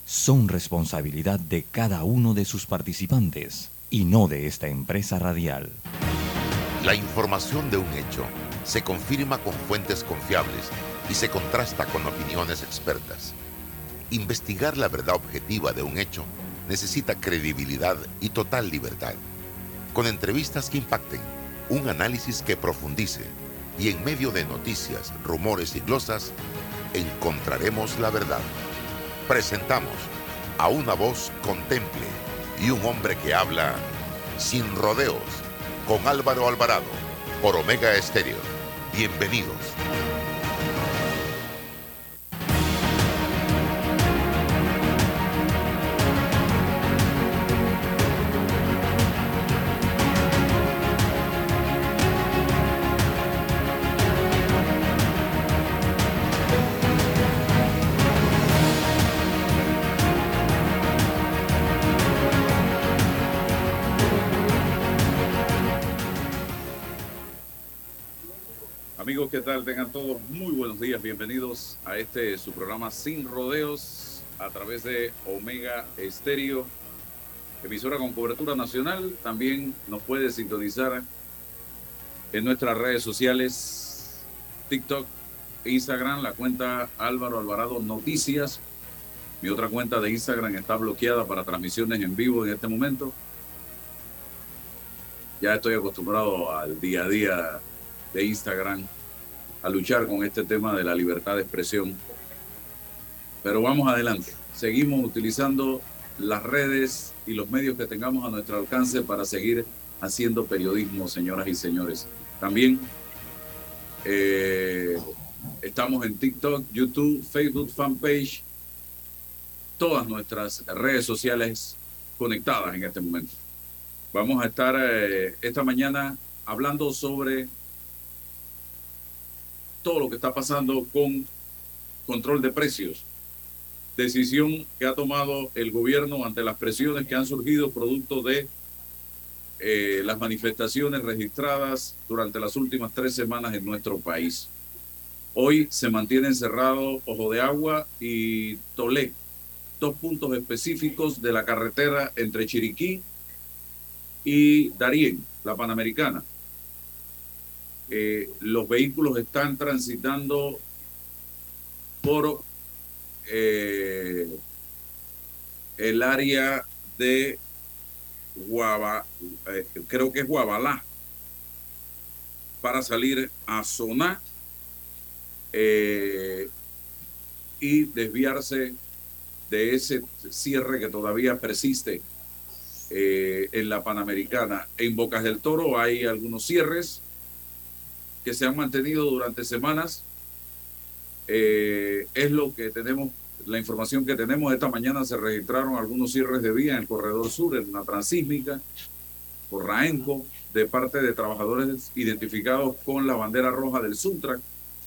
son responsabilidad de cada uno de sus participantes y no de esta empresa radial. La información de un hecho se confirma con fuentes confiables y se contrasta con opiniones expertas. Investigar la verdad objetiva de un hecho necesita credibilidad y total libertad. Con entrevistas que impacten, un análisis que profundice y en medio de noticias, rumores y glosas, encontraremos la verdad. Presentamos a una voz contemple y un hombre que habla sin rodeos, con Álvaro Alvarado, por Omega Estéreo. Bienvenidos. Amigos, ¿qué tal? Tengan todos muy buenos días. Bienvenidos a su programa Sin Rodeos a través de Omega Estéreo, emisora con cobertura nacional. También nos puede sintonizar en nuestras redes sociales, TikTok, Instagram, la cuenta Álvaro Alvarado Noticias. Mi otra cuenta de Instagram está bloqueada para transmisiones en vivo en este momento. Ya estoy acostumbrado al día a día de Instagram, a luchar con este tema de la libertad de expresión. Pero vamos adelante. Seguimos utilizando las redes y los medios que tengamos a nuestro alcance para seguir haciendo periodismo, señoras y señores. También estamos en TikTok, YouTube, Facebook, fanpage, todas nuestras redes sociales conectadas en este momento. Vamos a estar esta mañana hablando sobre todo lo que está pasando con control de precios, decisión que ha tomado el gobierno ante las presiones que han surgido producto de las manifestaciones registradas durante las últimas 3 semanas en nuestro país. Hoy se mantienen cerrados Ojo de Agua y Tolé, 2 puntos específicos de la carretera entre Chiriquí y Darién, la Panamericana. Los vehículos están transitando por el área de creo que es Guabalá, para salir a Soná y desviarse de ese cierre que todavía persiste en la Panamericana. En Bocas del Toro hay algunos cierres que se han mantenido durante semanas. Es lo que tenemos, la información que tenemos. Esta mañana se registraron algunos cierres de vía en el corredor sur, en una transísmica, por Raenco, de parte de trabajadores identificados con la bandera roja del Suntrack,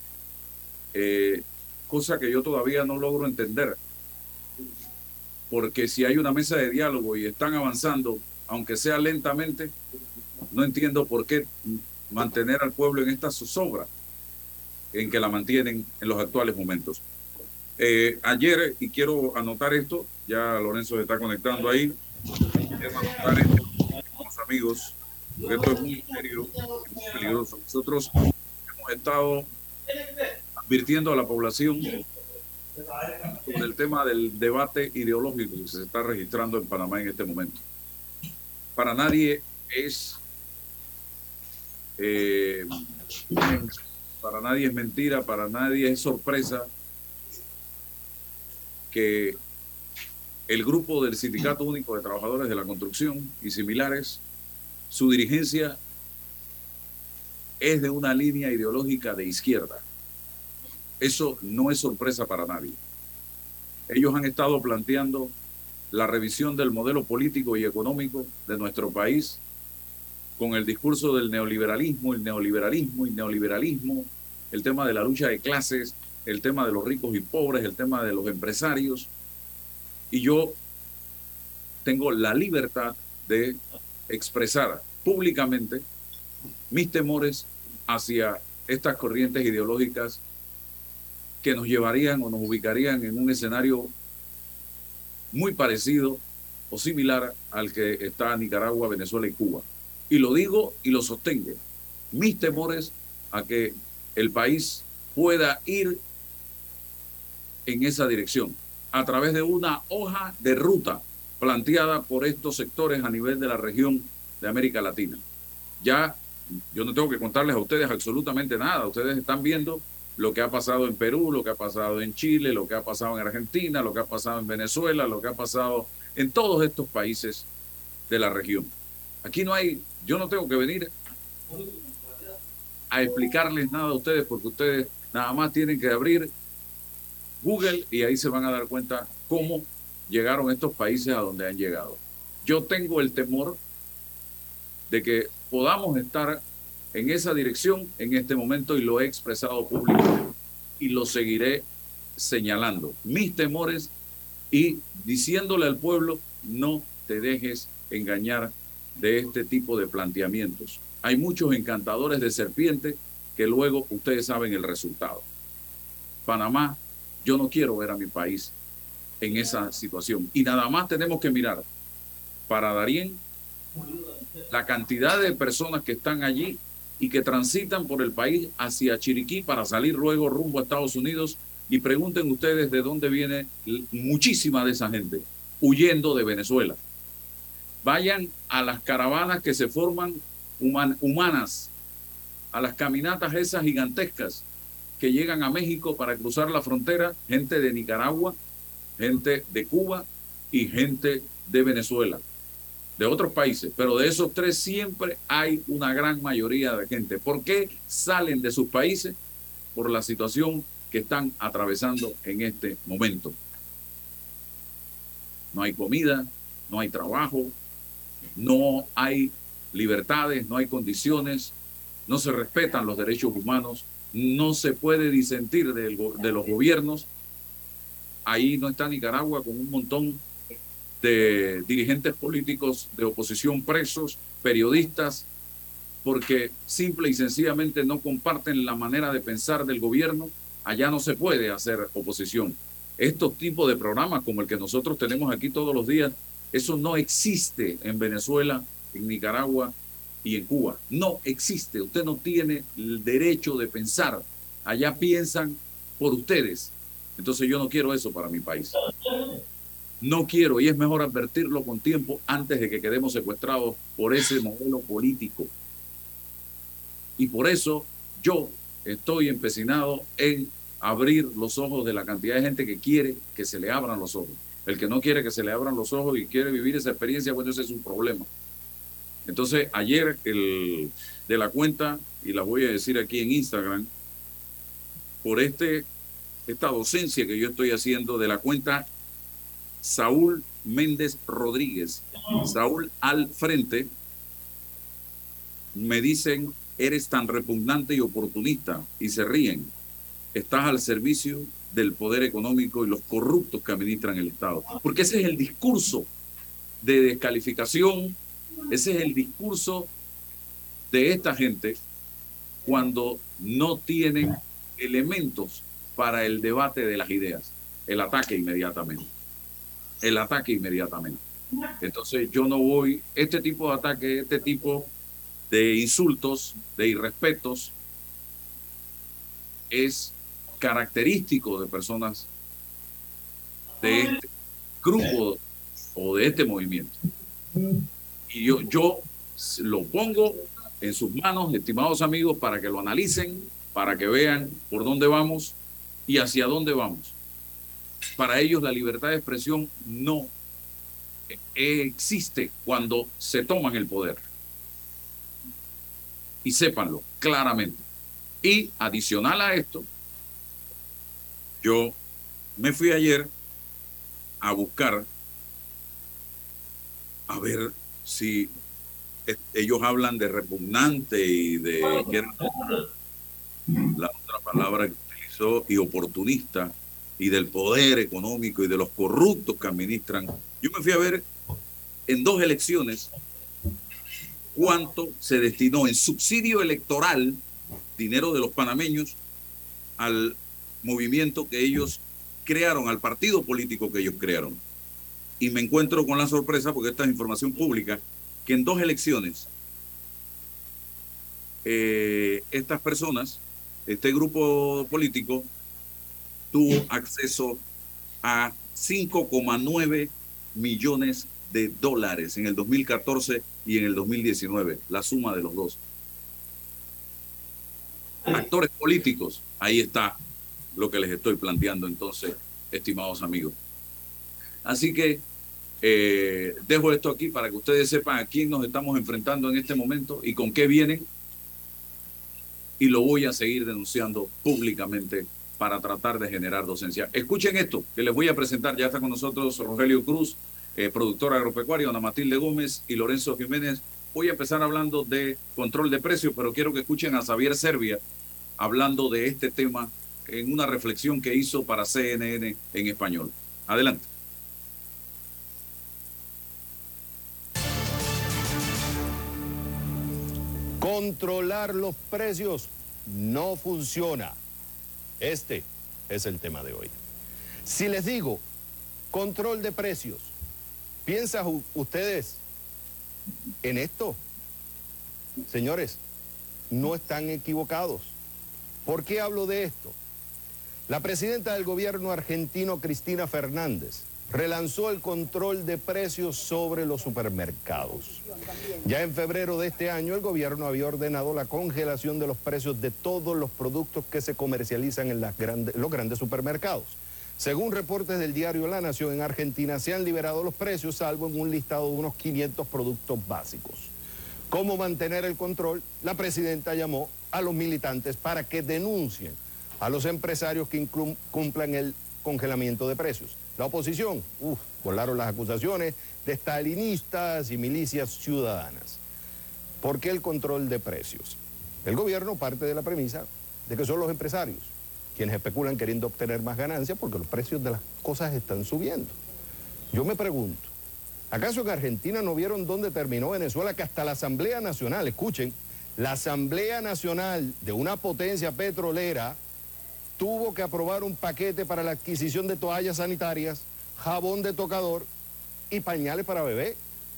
cosa que yo todavía no logro entender, porque si hay una mesa de diálogo y están avanzando, aunque sea lentamente, no entiendo por qué mantener al pueblo en esta zozobra en que la mantienen en los actuales momentos. Ayer, y quiero anotar esto, ya Lorenzo se está conectando ahí, quiero anotar esto con los amigos, porque esto es muy serio, es muy peligroso. Nosotros hemos estado advirtiendo a la población sobre el tema del debate ideológico que se está registrando en Panamá en este momento. Para nadie es mentira, para nadie es sorpresa que el grupo del Sindicato Único de Trabajadores de la Construcción y similares, su dirigencia es de una línea ideológica de izquierda. Eso no es sorpresa para nadie. Ellos han estado planteando la revisión del modelo político y económico de nuestro país con el discurso del neoliberalismo, el tema de la lucha de clases, el tema de los ricos y pobres, el tema de los empresarios. Y yo tengo la libertad de expresar públicamente mis temores hacia estas corrientes ideológicas que nos llevarían o nos ubicarían en un escenario muy parecido o similar al que está Nicaragua, Venezuela y Cuba. Y lo digo y lo sostengo. Mis temores a que el país pueda ir en esa dirección a través de una hoja de ruta planteada por estos sectores a nivel de la región de América Latina. Ya yo no tengo que contarles a ustedes absolutamente nada. Ustedes están viendo lo que ha pasado en Perú, lo que ha pasado en Chile, lo que ha pasado en Argentina, lo que ha pasado en Venezuela, lo que ha pasado en todos estos países de la región. Aquí no hay, yo no tengo que venir a explicarles nada a ustedes porque ustedes nada más tienen que abrir Google y ahí se van a dar cuenta cómo llegaron estos países a donde han llegado. Yo tengo el temor de que podamos estar en esa dirección en este momento y lo he expresado públicamente y lo seguiré señalando. Mis temores y diciéndole al pueblo, no te dejes engañar de este tipo de planteamientos. Hay muchos encantadores de serpiente que luego ustedes saben el resultado. Panamá, yo no quiero ver a mi país en esa situación. Y nada más tenemos que mirar para Darién la cantidad de personas que están allí y que transitan por el país hacia Chiriquí para salir luego rumbo a Estados Unidos. Y pregunten ustedes de dónde viene muchísima de esa gente, huyendo de Venezuela. Vayan a las caravanas que se forman humanas, a las caminatas esas gigantescas que llegan a México para cruzar la frontera, gente de Nicaragua, gente de Cuba y gente de Venezuela, de otros países, pero de esos tres siempre hay una gran mayoría de gente. ¿Por qué salen de sus países? Por la situación que están atravesando en este momento. No hay comida, no hay trabajo, no hay libertades, no hay condiciones, no se respetan los derechos humanos, no se puede disentir de los gobiernos. Ahí no está Nicaragua con un montón de dirigentes políticos de oposición presos, periodistas, porque simple y sencillamente no comparten la manera de pensar del gobierno. Allá no se puede hacer oposición. Estos tipos de programas como el que nosotros tenemos aquí todos los días, eso no existe en Venezuela, en Nicaragua y en Cuba. No existe. Usted no tiene el derecho de pensar. Allá piensan por ustedes. Entonces yo no quiero eso para mi país. No quiero, y es mejor advertirlo con tiempo antes de que quedemos secuestrados por ese modelo político. Y por eso yo estoy empecinado en abrir los ojos de la cantidad de gente que quiere que se le abran los ojos. El que no quiere que se le abran los ojos y quiere vivir esa experiencia, bueno, ese es un problema. Entonces, ayer de la cuenta, y la voy a decir aquí en Instagram, por esta docencia que yo estoy haciendo de la cuenta Saúl Méndez Rodríguez, Saúl al frente, me dicen, eres tan repugnante y oportunista, y se ríen. Estás al servicio del poder económico y los corruptos que administran el Estado. Porque ese es el discurso de descalificación, ese es el discurso de esta gente cuando no tienen elementos para el debate de las ideas. El ataque inmediatamente. El ataque inmediatamente. Entonces yo no voy, este tipo de ataque, este tipo de insultos, de irrespetos, es característico de personas de este grupo o de este movimiento. Y yo lo pongo en sus manos, estimados amigos, para que lo analicen, para que vean por dónde vamos y hacia dónde vamos. Para ellos la libertad de expresión no existe cuando se toman el poder. Y sépanlo claramente. Y adicional a esto, yo me fui ayer a buscar, a ver si ellos hablan de repugnante y de la otra palabra que utilizó, y oportunista, y del poder económico y de los corruptos que administran. Yo me fui a ver en 2 elecciones cuánto se destinó en subsidio electoral, dinero de los panameños, al movimiento que ellos crearon, al partido político que ellos crearon. y me encuentro con la sorpresa, porque esta es información pública, que en 2 elecciones, estas personas, este grupo político, tuvo acceso a 5,9 millones de dólares en el 2014 y en el 2019, la suma de los dos. Actores políticos, ahí está lo que les estoy planteando entonces, estimados amigos. Así que dejo esto aquí para que ustedes sepan a quién nos estamos enfrentando en este momento y con qué vienen, y lo voy a seguir denunciando públicamente para tratar de generar docencia. Escuchen esto que les voy a presentar. Ya está con nosotros Rogelio Cruz, productor agropecuario, Ana Matilde Gómez y Lorenzo Jiménez. Voy a empezar hablando de control de precios, pero quiero que escuchen a Xavier Servia hablando de este tema en una reflexión que hizo para CNN en español. Adelante. Controlar los precios no funciona. Este es el tema de hoy. Si les digo control de precios, ¿piensan ustedes en esto? Señores, no están equivocados. ¿Por qué hablo de esto? La presidenta del gobierno argentino, Cristina Fernández, relanzó el control de precios sobre los supermercados. Ya en febrero de este año, el gobierno había ordenado la congelación de los precios de todos los productos que se comercializan en los grandes supermercados. Según reportes del diario La Nación, en Argentina se han liberado los precios, salvo en un listado de unos 500 productos básicos. ¿Cómo mantener el control? La presidenta llamó a los militantes para que denuncien a los empresarios que incumplan el congelamiento de precios. La oposición, volaron las acusaciones de stalinistas y milicias ciudadanas. ¿Por qué el control de precios? El gobierno parte de la premisa de que son los empresarios quienes especulan queriendo obtener más ganancias porque los precios de las cosas están subiendo. Yo me pregunto, ¿acaso en Argentina no vieron dónde terminó Venezuela? Que hasta la Asamblea Nacional, escuchen, la Asamblea Nacional de una potencia petrolera tuvo que aprobar un paquete para la adquisición de toallas sanitarias, jabón de tocador y pañales para bebé.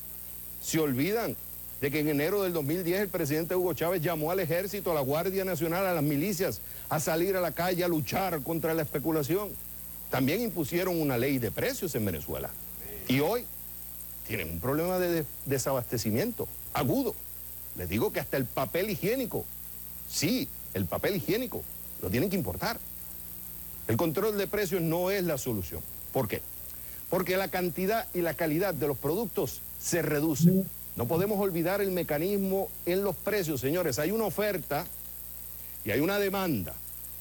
Se olvidan de que en enero del 2010 el presidente Hugo Chávez llamó al ejército, a la Guardia Nacional, a las milicias a salir a la calle a luchar contra la especulación. También impusieron una ley de precios en Venezuela. Y hoy tienen un problema de desabastecimiento agudo. Les digo que hasta el papel higiénico, sí, el papel higiénico, lo tienen que importar. El control de precios no es la solución. ¿Por qué? Porque la cantidad y la calidad de los productos se reducen. No podemos olvidar el mecanismo en los precios, señores. Hay una oferta y hay una demanda.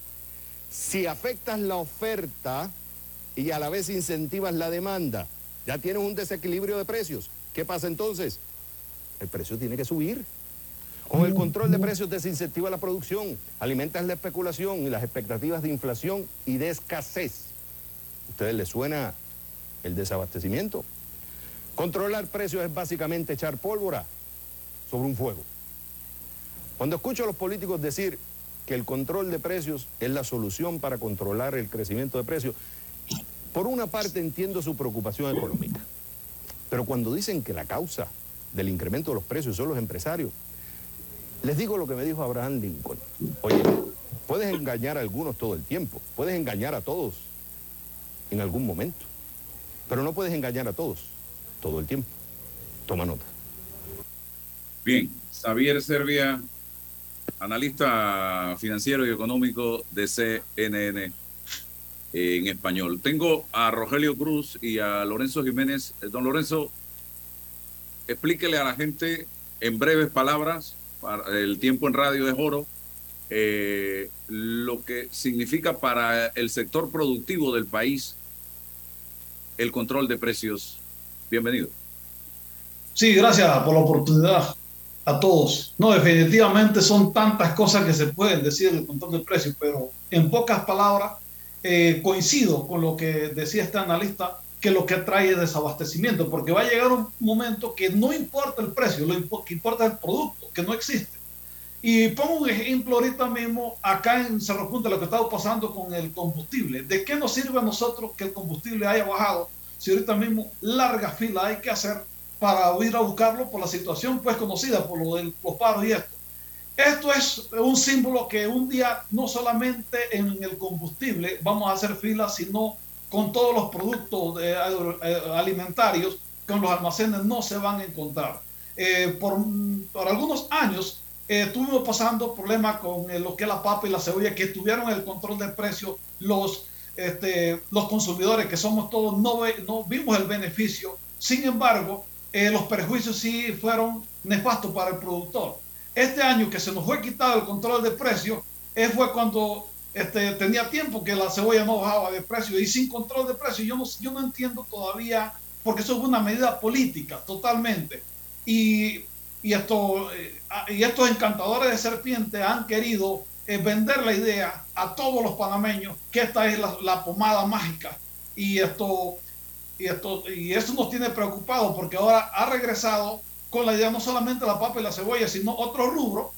Si afectas la oferta y a la vez incentivas la demanda, ya tienes un desequilibrio de precios. ¿Qué pasa entonces? El precio tiene que subir. Con el control de precios desincentiva la producción, alimentas la especulación y las expectativas de inflación y de escasez. ¿A ustedes les suena el desabastecimiento? Controlar precios es básicamente echar pólvora sobre un fuego. Cuando escucho a los políticos decir que el control de precios es la solución para controlar el crecimiento de precios, por una parte entiendo su preocupación económica, pero cuando dicen que la causa del incremento de los precios son los empresarios, les digo lo que me dijo Abraham Lincoln. Oye, puedes engañar a algunos todo el tiempo, puedes engañar a todos en algún momento, pero no puedes engañar a todos todo el tiempo. Toma nota. Bien, Xavier Servia, analista financiero y económico de CNN en español. Tengo a Rogelio Cruz y a Lorenzo Jiménez. Don Lorenzo, explíquele a la gente en breves palabras, el tiempo en radio es oro, lo que significa para el sector productivo del país el control de precios. Bienvenido. Sí, gracias por la oportunidad a todos. No, definitivamente son tantas cosas que se pueden decir del control de precios, pero en pocas palabras coincido con lo que decía este analista, que lo que trae es desabastecimiento, porque va a llegar un momento que no importa el precio, lo que importa es el producto, que no existe. Y pongo un ejemplo ahorita mismo, acá en Cerro Punta, lo que está pasando con el combustible. ¿De qué nos sirve a nosotros que el combustible haya bajado si ahorita mismo larga fila hay que hacer para ir a buscarlo por la situación pues conocida, por lo de los paros y esto? Esto es un símbolo que un día no solamente en el combustible vamos a hacer filas, sino con todos los productos alimentarios que en los almacenes no se van a encontrar. Por algunos años estuvimos pasando problemas con lo que es la papa y la cebolla, que tuvieron el control de precios los consumidores, que somos todos, no vimos el beneficio. Sin embargo, los perjuicios sí fueron nefastos para el productor. Este año que se nos fue quitado el control de precios, fue cuando tenía tiempo que la cebolla no bajaba de precio, y sin control de precios yo no entiendo todavía, porque eso es una medida política totalmente. Y estos encantadores de serpiente han querido vender la idea a todos los panameños que esta es la pomada mágica, y eso nos tiene preocupados, porque ahora ha regresado con la idea no solamente la papa y la cebolla, sino otro rubro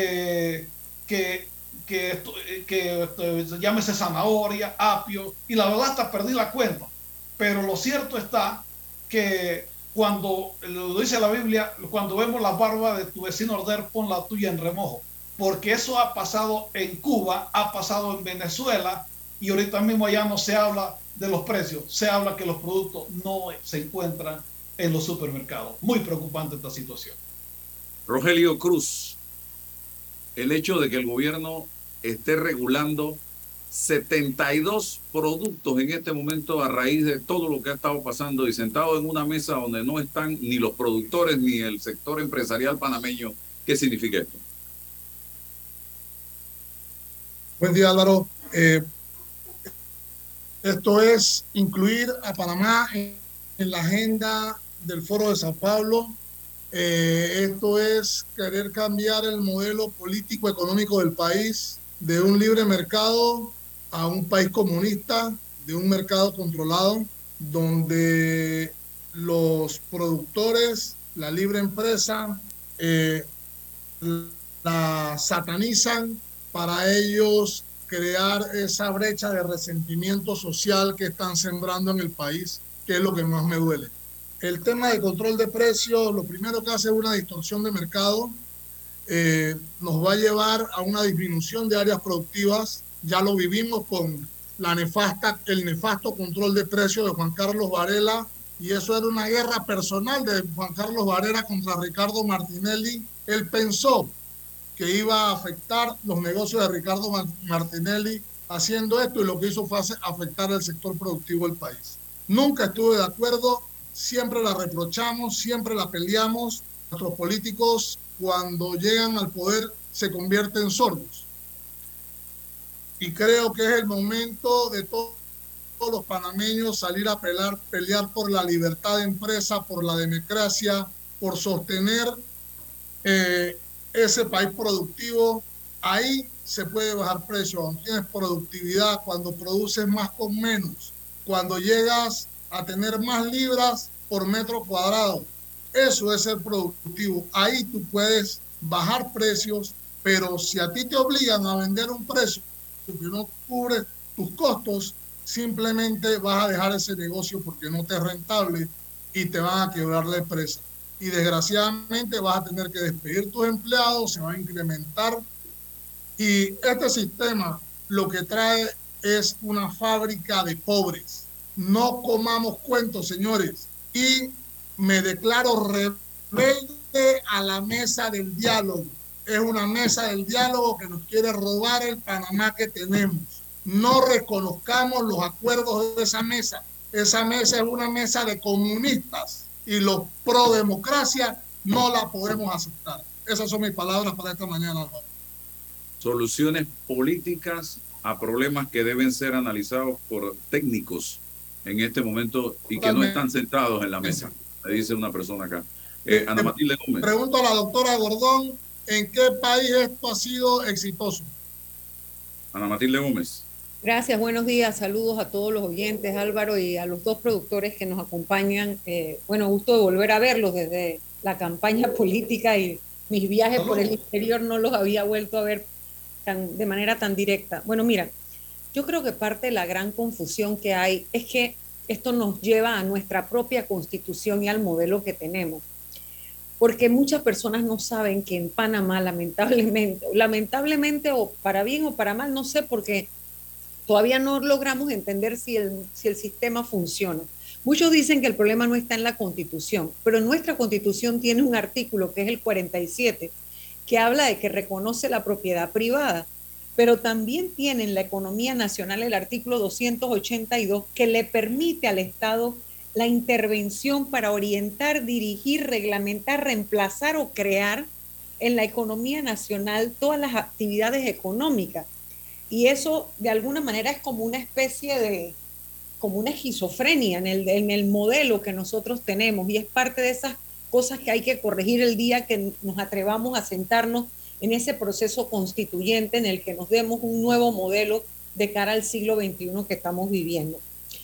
llámese zanahoria, apio, y la verdad hasta perdí la cuenta. Pero lo cierto está que cuando, lo dice la Biblia, cuando vemos la barba de tu vecino arder, pon la tuya en remojo, porque eso ha pasado en Cuba, ha pasado en Venezuela, y ahorita mismo ya no se habla de los precios, se habla que los productos no se encuentran en los supermercados. Muy preocupante esta situación. Rogelio Cruz, el hecho de que el gobierno esté regulando 72 productos en este momento a raíz de todo lo que ha estado pasando, y sentado en una mesa donde no están ni los productores ni el sector empresarial panameño, ¿qué significa esto? Buen día, Álvaro. Esto es incluir a Panamá en la agenda del Foro de Sao Paulo. Esto es querer cambiar el modelo político económico del país, de un libre mercado a un país comunista, de un mercado controlado, donde los productores, la libre empresa, la satanizan para ellos crear esa brecha de resentimiento social que están sembrando en el país, que es lo que más me duele. El tema de control de precios, lo primero que hace es una distorsión de mercado, nos va a llevar a una disminución de áreas productivas. Ya lo vivimos con el nefasto control de precios de Juan Carlos Varela, y eso era una guerra personal de Juan Carlos Varela contra Ricardo Martinelli. Él pensó que iba a afectar los negocios de Ricardo Martinelli haciendo esto, y lo que hizo fue afectar el sector productivo del país. Nunca estuve de acuerdo, siempre la reprochamos, siempre la peleamos. Nuestros políticos, cuando llegan al poder, se convierten sordos. Y creo que es el momento de todos los panameños salir a pelear por la libertad de empresa, por la democracia, por sostener ese país productivo. Ahí se puede bajar precios, cuando tienes productividad, cuando produces más con menos, cuando llegas a tener más libras por metro cuadrado. Eso es ser productivo. Ahí tú puedes bajar precios, pero si a ti te obligan a vender un precio que no cubre tus costos, simplemente vas a dejar ese negocio porque no te es rentable y te van a quebrar la empresa. Y desgraciadamente vas a tener que despedir tus empleados, se va a incrementar. Y este sistema lo que trae es una fábrica de pobres. No comamos cuentos, señores. Y me declaro rebelde a la mesa del diálogo. Es una mesa del diálogo que nos quiere robar el Panamá que tenemos. No reconozcamos los acuerdos de esa mesa. Esa mesa es una mesa de comunistas, y los pro democracia no la podemos aceptar. Esas son mis palabras para esta mañana, Álvaro. Soluciones políticas a problemas que deben ser analizados por técnicos en este momento y que no están sentados en la mesa, me dice una persona acá. Ana Matilde Gómez. Pregunto a la doctora Gordón, ¿en qué país esto ha sido exitoso? Ana Matilde Gómez. Gracias, buenos días, saludos a todos los oyentes, Álvaro, y a los dos productores que nos acompañan. Gusto de volver a verlos desde la campaña política, y mis viajes por el interior no los había vuelto a ver de manera tan directa. Bueno, mira, yo creo que parte de la gran confusión que hay es que esto nos lleva a nuestra propia constitución y al modelo que tenemos. Porque muchas personas no saben que en Panamá, lamentablemente, o para bien o para mal, no sé, porque todavía no logramos entender si el sistema funciona. Muchos dicen que el problema no está en la Constitución, pero nuestra Constitución tiene un artículo, que es el 47, que habla de que reconoce la propiedad privada, pero también tiene en la economía nacional el artículo 282, que le permite al Estado la intervención para orientar, dirigir, reglamentar, reemplazar o crear en la economía nacional todas las actividades económicas. Y eso de alguna manera es como una especie de, como una esquizofrenia en el modelo que nosotros tenemos, y es parte de esas cosas que hay que corregir el día que nos atrevamos a sentarnos en ese proceso constituyente en el que nos demos un nuevo modelo de cara al siglo XXI que estamos viviendo.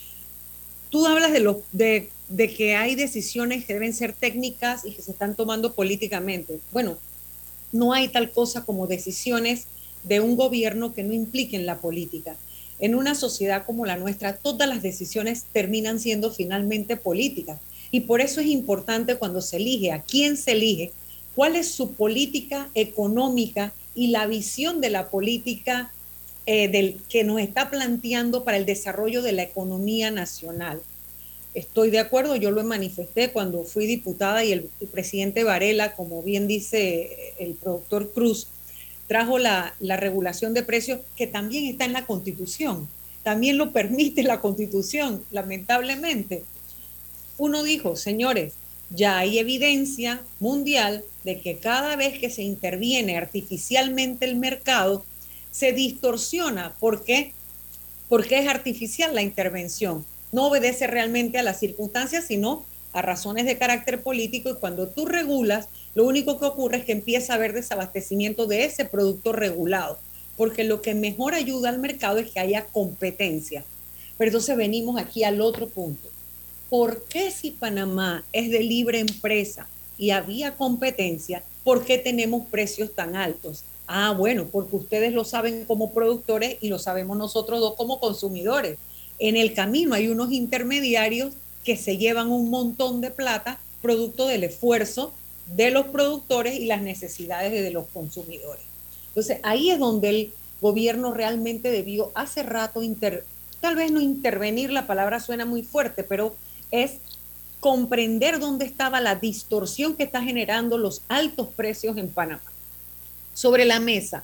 Tú hablas de que hay decisiones que deben ser técnicas y que se están tomando políticamente. Bueno, no hay tal cosa como decisiones de un gobierno que no impliquen la política. En una sociedad como la nuestra, todas las decisiones terminan siendo finalmente políticas. Y por eso es importante cuando se elige, a quién se elige, cuál es su política económica y la visión de la política que nos está planteando para el desarrollo de la economía nacional. Estoy de acuerdo, yo lo manifesté cuando fui diputada y el presidente Varela, como bien dice el productor Cruz, trajo la regulación de precios, que también está en la Constitución, también lo permite la Constitución, lamentablemente. Uno dijo, señores, ya hay evidencia mundial de que cada vez que se interviene artificialmente el mercado, se distorsiona. ¿Por qué? Porque es artificial la intervención. No obedece realmente a las circunstancias, sino a razones de carácter político, y cuando tú regulas, lo único que ocurre es que empieza a haber desabastecimiento de ese producto regulado, porque lo que mejor ayuda al mercado es que haya competencia. Pero entonces venimos aquí al otro punto. ¿Por qué si Panamá es de libre empresa y había competencia, por qué tenemos precios tan altos? Ah, bueno, porque ustedes lo saben como productores y lo sabemos nosotros dos como consumidores. En el camino hay unos intermediarios que se llevan un montón de plata producto del esfuerzo de los productores y las necesidades de los consumidores. Entonces, ahí es donde el gobierno realmente debió hace rato, tal vez no intervenir, la palabra suena muy fuerte, pero es comprender dónde estaba la distorsión que está generando los altos precios en Panamá. Sobre la mesa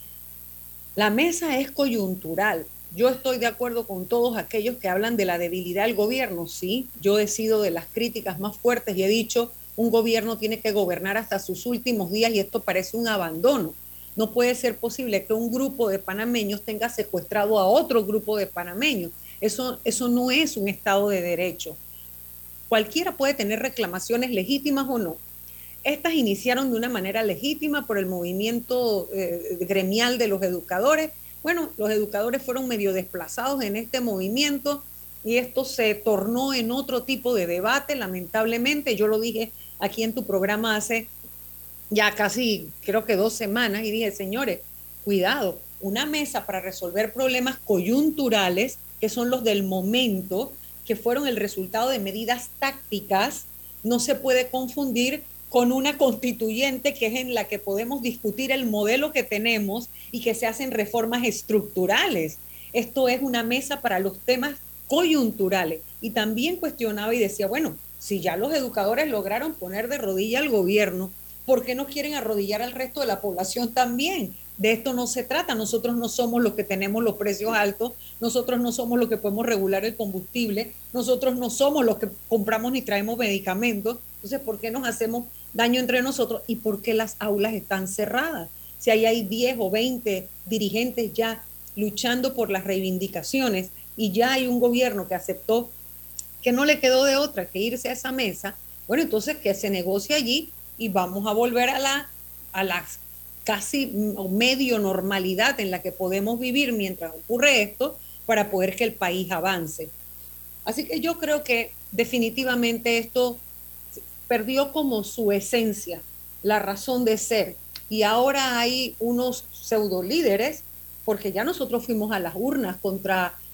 es coyuntural. Yo estoy de acuerdo con todos aquellos que hablan de la debilidad del gobierno. Sí, yo he sido de las críticas más fuertes y he dicho, un gobierno tiene que gobernar hasta sus últimos días, y esto parece un abandono. No puede ser posible que un grupo de panameños tenga secuestrado a otro grupo de panameños. Eso no es un Estado de Derecho. Cualquiera puede tener reclamaciones legítimas o no. Estas iniciaron de una manera legítima por el movimiento gremial de los educadores. Bueno, los educadores fueron medio desplazados en este movimiento y esto se tornó en otro tipo de debate, lamentablemente. Yo lo dije aquí en tu programa hace ya casi, creo que 2 semanas, y dije, señores, cuidado, una mesa para resolver problemas coyunturales, que son los del momento, que fueron el resultado de medidas tácticas, no se puede confundir con una constituyente que es en la que podemos discutir el modelo que tenemos y que se hacen reformas estructurales. Esto es una mesa para los temas coyunturales. Y también cuestionaba y decía, bueno, si ya los educadores lograron poner de rodilla al gobierno, ¿por qué no quieren arrodillar al resto de la población también? De esto no se trata. Nosotros no somos los que tenemos los precios altos, nosotros no somos los que podemos regular el combustible, nosotros no somos los que compramos ni traemos medicamentos. Entonces, ¿por qué nos hacemos daño entre nosotros y por qué las aulas están cerradas? Si ahí hay 10 o 20 dirigentes ya luchando por las reivindicaciones y ya hay un gobierno que aceptó que no le quedó de otra que irse a esa mesa, bueno, entonces que se negocie allí y vamos a volver a la casi medio normalidad en la que podemos vivir mientras ocurre esto, para poder que el país avance. Así que yo creo que definitivamente esto perdió como su esencia, la razón de ser, y ahora hay unos pseudo líderes, porque ya nosotros fuimos a las urnas contra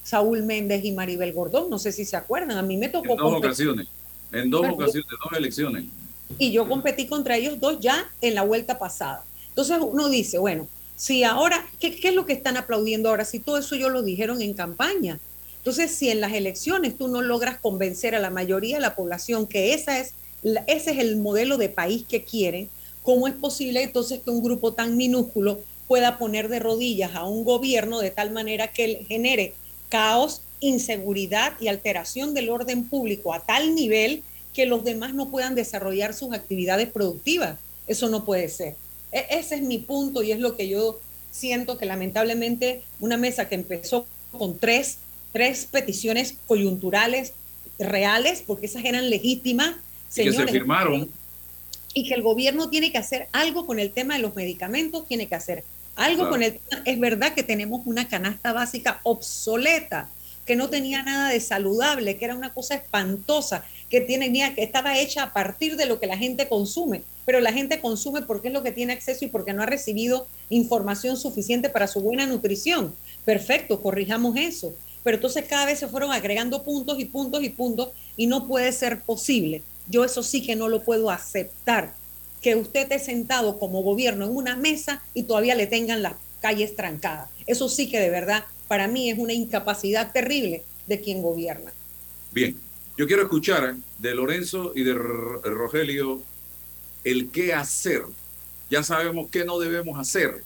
Saúl Méndez y Maribel Gordón. No sé si se acuerdan, a mí me tocó en dos ocasiones, dos elecciones. Y yo competí contra ellos dos ya en la vuelta pasada. Entonces uno dice, bueno, si ahora, ¿qué es lo que están aplaudiendo ahora? Si todo eso ellos lo dijeron en campaña. Entonces, si en las elecciones tú no logras convencer a la mayoría de la población que ese es el modelo de país que quieren, ¿cómo es posible entonces que un grupo tan minúsculo pueda poner de rodillas a un gobierno de tal manera que genere caos, inseguridad y alteración del orden público a tal nivel que los demás no puedan desarrollar sus actividades productivas? Eso no puede ser. Ese es mi punto y es lo que yo siento, que lamentablemente una mesa que empezó con tres peticiones coyunturales reales, porque esas eran legítimas, señores, que se firmaron, y que el gobierno tiene que hacer algo con el tema de los medicamentos, tiene que hacer algo con el tema. Es verdad que tenemos una canasta básica obsoleta, que no tenía nada de saludable, que era una cosa espantosa, que estaba hecha a partir de lo que la gente consume, pero la gente consume porque es lo que tiene acceso y porque no ha recibido información suficiente para su buena nutrición. Perfecto, corrijamos eso. Pero entonces cada vez se fueron agregando puntos y puntos y puntos y no puede ser posible. Yo eso sí que no lo puedo aceptar, que usted esté sentado como gobierno en una mesa y todavía le tengan las calles trancadas. Eso sí que de verdad para mí es una incapacidad terrible de quien gobierna. Bien, yo quiero escuchar de Lorenzo y de Rogelio el qué hacer. Ya sabemos qué no debemos hacer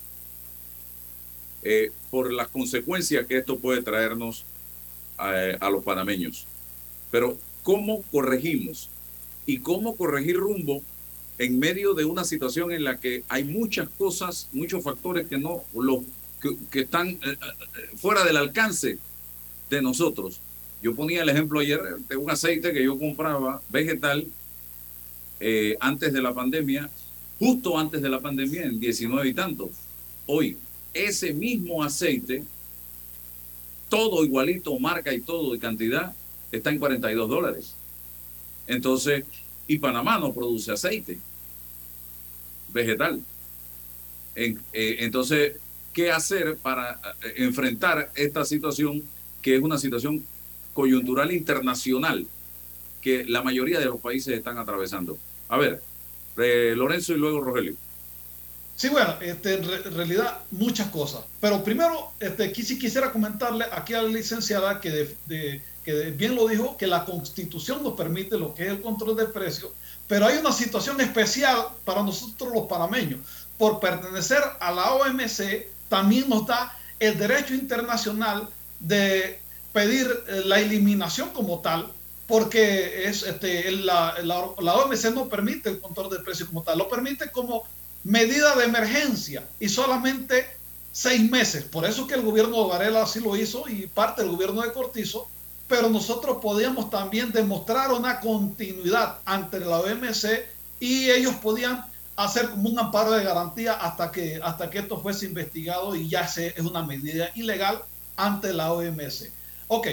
por las consecuencias que esto puede traernos a los panameños. Pero ¿cómo corregimos? Y cómo corregir rumbo en medio de una situación en la que hay muchas cosas, muchos factores que están fuera del alcance de nosotros. Yo ponía el ejemplo ayer de un aceite que yo compraba vegetal antes de la pandemia, justo antes de la pandemia, en 19 y tanto. Hoy, ese mismo aceite, todo igualito, marca y todo de cantidad, está en $42. Entonces, y Panamá no produce aceite vegetal. Entonces, ¿qué hacer para enfrentar esta situación, que es una situación coyuntural internacional que la mayoría de los países están atravesando? A ver, Lorenzo y luego Rogelio. Sí, bueno, en realidad muchas cosas. Pero primero, quisiera comentarle aquí a la licenciada que bien lo dijo, que la Constitución nos permite lo que es el control de precios, pero hay una situación especial para nosotros los panameños. Por pertenecer a la OMC, también nos da el derecho internacional de pedir la eliminación como tal, porque la OMC no permite el control de precios como tal, lo permite como medida de emergencia y solamente 6 meses. Por eso que el gobierno de Varela así lo hizo y parte del gobierno de Cortizo, pero nosotros podíamos también demostrar una continuidad ante la OMC y ellos podían hacer como un amparo de garantía hasta que esto fuese investigado y ya es una medida ilegal ante la OMC. Ok,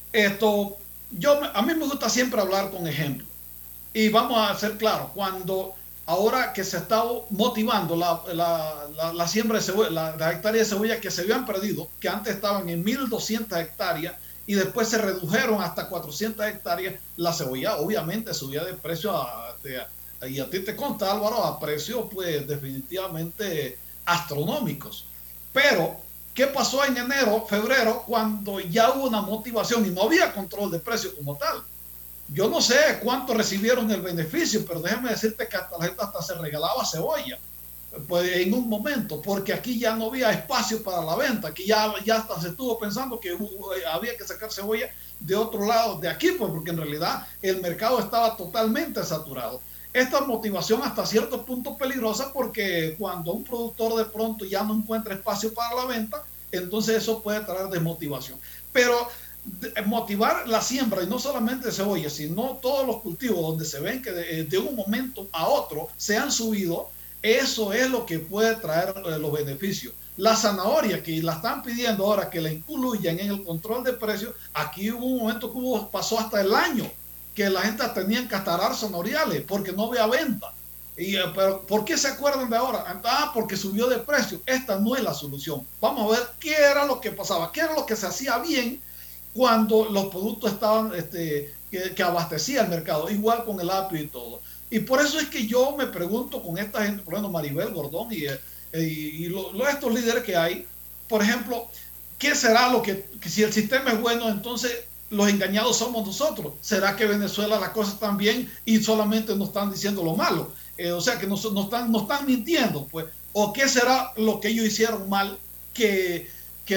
a mí me gusta siempre hablar con ejemplos y vamos a ser claros, ahora que se está motivando la siembra de cebolla, la hectárea de cebolla que se habían perdido, que antes estaban en 1.200 hectáreas y después se redujeron hasta 400 hectáreas, la cebolla obviamente subía de precio y a ti te consta, Álvaro, a precios pues definitivamente astronómicos. Pero, ¿qué pasó en enero, febrero, cuando ya hubo una motivación y no había control de precios como tal? Yo no sé cuánto recibieron el beneficio, pero déjame decirte que hasta la gente hasta se regalaba cebolla pues, en un momento, porque aquí ya no había espacio para la venta, aquí ya hasta se estuvo pensando que había que sacar cebolla de otro lado de aquí, pues, porque en realidad el mercado estaba totalmente saturado. Esta motivación hasta cierto punto peligrosa, porque cuando un productor de pronto ya no encuentra espacio para la venta, entonces eso puede traer desmotivación. Pero motivar la siembra, y no solamente de cebolla, sino todos los cultivos donde se ven que de un momento a otro se han subido, eso es lo que puede traer los beneficios. La zanahoria, que la están pidiendo ahora que la incluyan en el control de precios, aquí hubo un momento que pasó hasta el año que la gente tenía que atarar zanahoriales porque no había venta. Pero ¿por qué se acuerdan de ahora? Porque subió de precio. Esta no es la solución. Vamos a ver qué era lo que pasaba, qué era lo que se hacía bien cuando los productos estaban, que abastecía el mercado, igual con el apio y todo. Y por eso es que yo me pregunto con esta gente, por ejemplo, Maribel Gordón y estos líderes que hay, por ejemplo, ¿qué será lo que si el sistema es bueno, entonces los engañados somos nosotros? ¿Será que Venezuela las cosas están bien y solamente nos están diciendo lo malo? O sea, que nos están mintiendo, pues. ¿O qué será lo que ellos hicieron mal que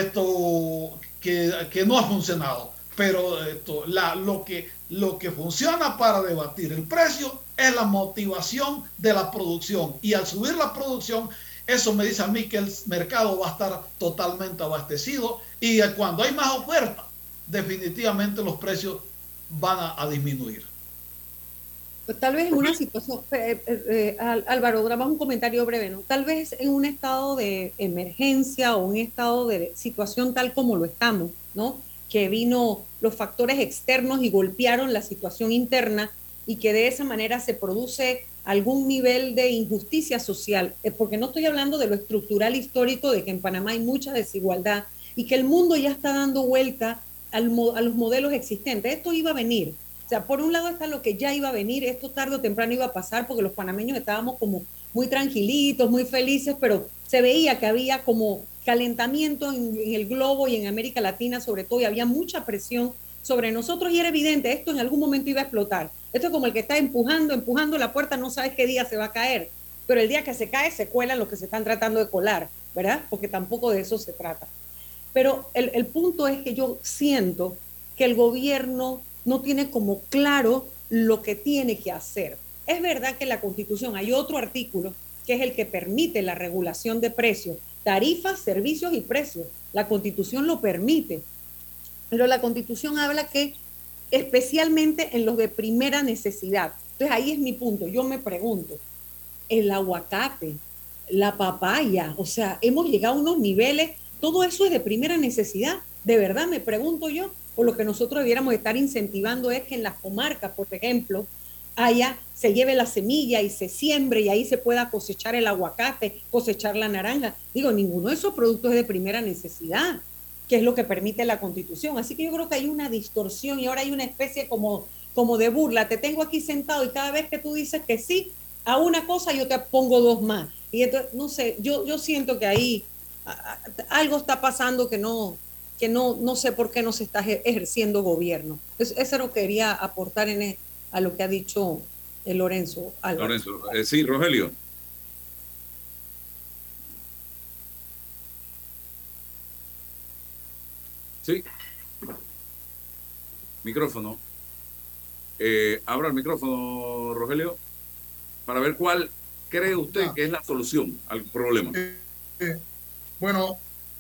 no ha funcionado? Pero lo que funciona para debatir el precio es la motivación de la producción. Y al subir la producción, eso me dice a mí que el mercado va a estar totalmente abastecido y cuando hay más oferta, definitivamente los precios van a disminuir. Pues tal vez en una situación, Álvaro, damos un comentario breve, ¿no? Tal vez en un estado de emergencia o un estado de situación tal como lo estamos, ¿no? Que vino los factores externos y golpearon la situación interna y que de esa manera se produce algún nivel de injusticia social, porque no estoy hablando de lo estructural histórico, de que en Panamá hay mucha desigualdad y que el mundo ya está dando vuelta a los modelos existentes. Esto iba a venir. O sea, por un lado está lo que ya iba a venir, esto tarde o temprano iba a pasar porque los panameños estábamos como muy tranquilitos, muy felices, pero se veía que había como calentamiento en el globo y en América Latina sobre todo, y había mucha presión sobre nosotros y era evidente, esto en algún momento iba a explotar. Esto es como el que está empujando la puerta, no sabes qué día se va a caer, pero el día que se cae se cuelan los que se están tratando de colar, ¿verdad? Porque tampoco de eso se trata. Pero el punto es que yo siento que el gobierno no tiene como claro lo que tiene que hacer. Es verdad que en la Constitución hay otro artículo que es el que permite la regulación de precios, tarifas, servicios y precios. La Constitución lo permite, pero la Constitución habla que especialmente en los de primera necesidad. Entonces ahí es mi punto. Yo me pregunto, el aguacate, la papaya, o sea, hemos llegado a unos niveles, todo eso es de primera necesidad. De verdad me pregunto yo, o lo que nosotros debiéramos estar incentivando es que en las comarcas, por ejemplo, allá se lleve la semilla y se siembre y ahí se pueda cosechar el aguacate, cosechar la naranja. Digo, ninguno de esos productos es de primera necesidad, que es lo que permite la Constitución. Así que yo creo que hay una distorsión y ahora hay una especie como de burla. Te tengo aquí sentado y cada vez que tú dices que sí a una cosa, yo te pongo dos más. Y entonces, no sé, yo siento que ahí algo está pasando que no sé por qué no se está ejerciendo gobierno. Eso lo quería aportar a lo que ha dicho Lorenzo. Lorenzo, sí, Rogelio. Sí. Micrófono. Abra el micrófono, Rogelio, para ver cuál cree usted que es la solución al problema. Bueno,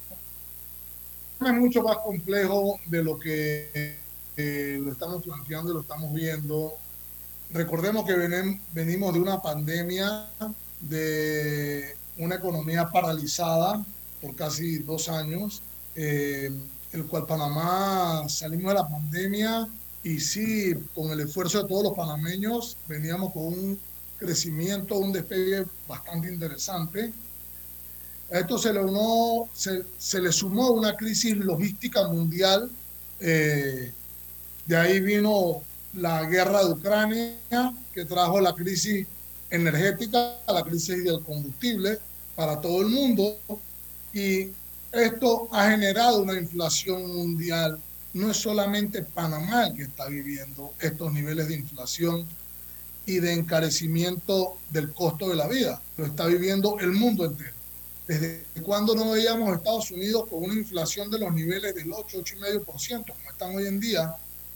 es mucho más complejo de lo que lo estamos planteando y lo estamos viendo. Recordemos que venimos de una pandemia, de una economía paralizada por casi 2 años, el cual Panamá salimos de la pandemia y sí, con el esfuerzo de todos los panameños, veníamos con un crecimiento, un despegue bastante interesante. A esto se le sumó una crisis logística mundial. De ahí vino la guerra de Ucrania, que trajo la crisis energética, la crisis del combustible para todo el mundo. Y esto ha generado una inflación mundial. No es solamente Panamá el que está viviendo estos niveles de inflación y de encarecimiento del costo de la vida. Lo está viviendo el mundo entero. ¿Desde cuándo no veíamos a Estados Unidos con una inflación de los niveles del 8,5%, como están hoy en día?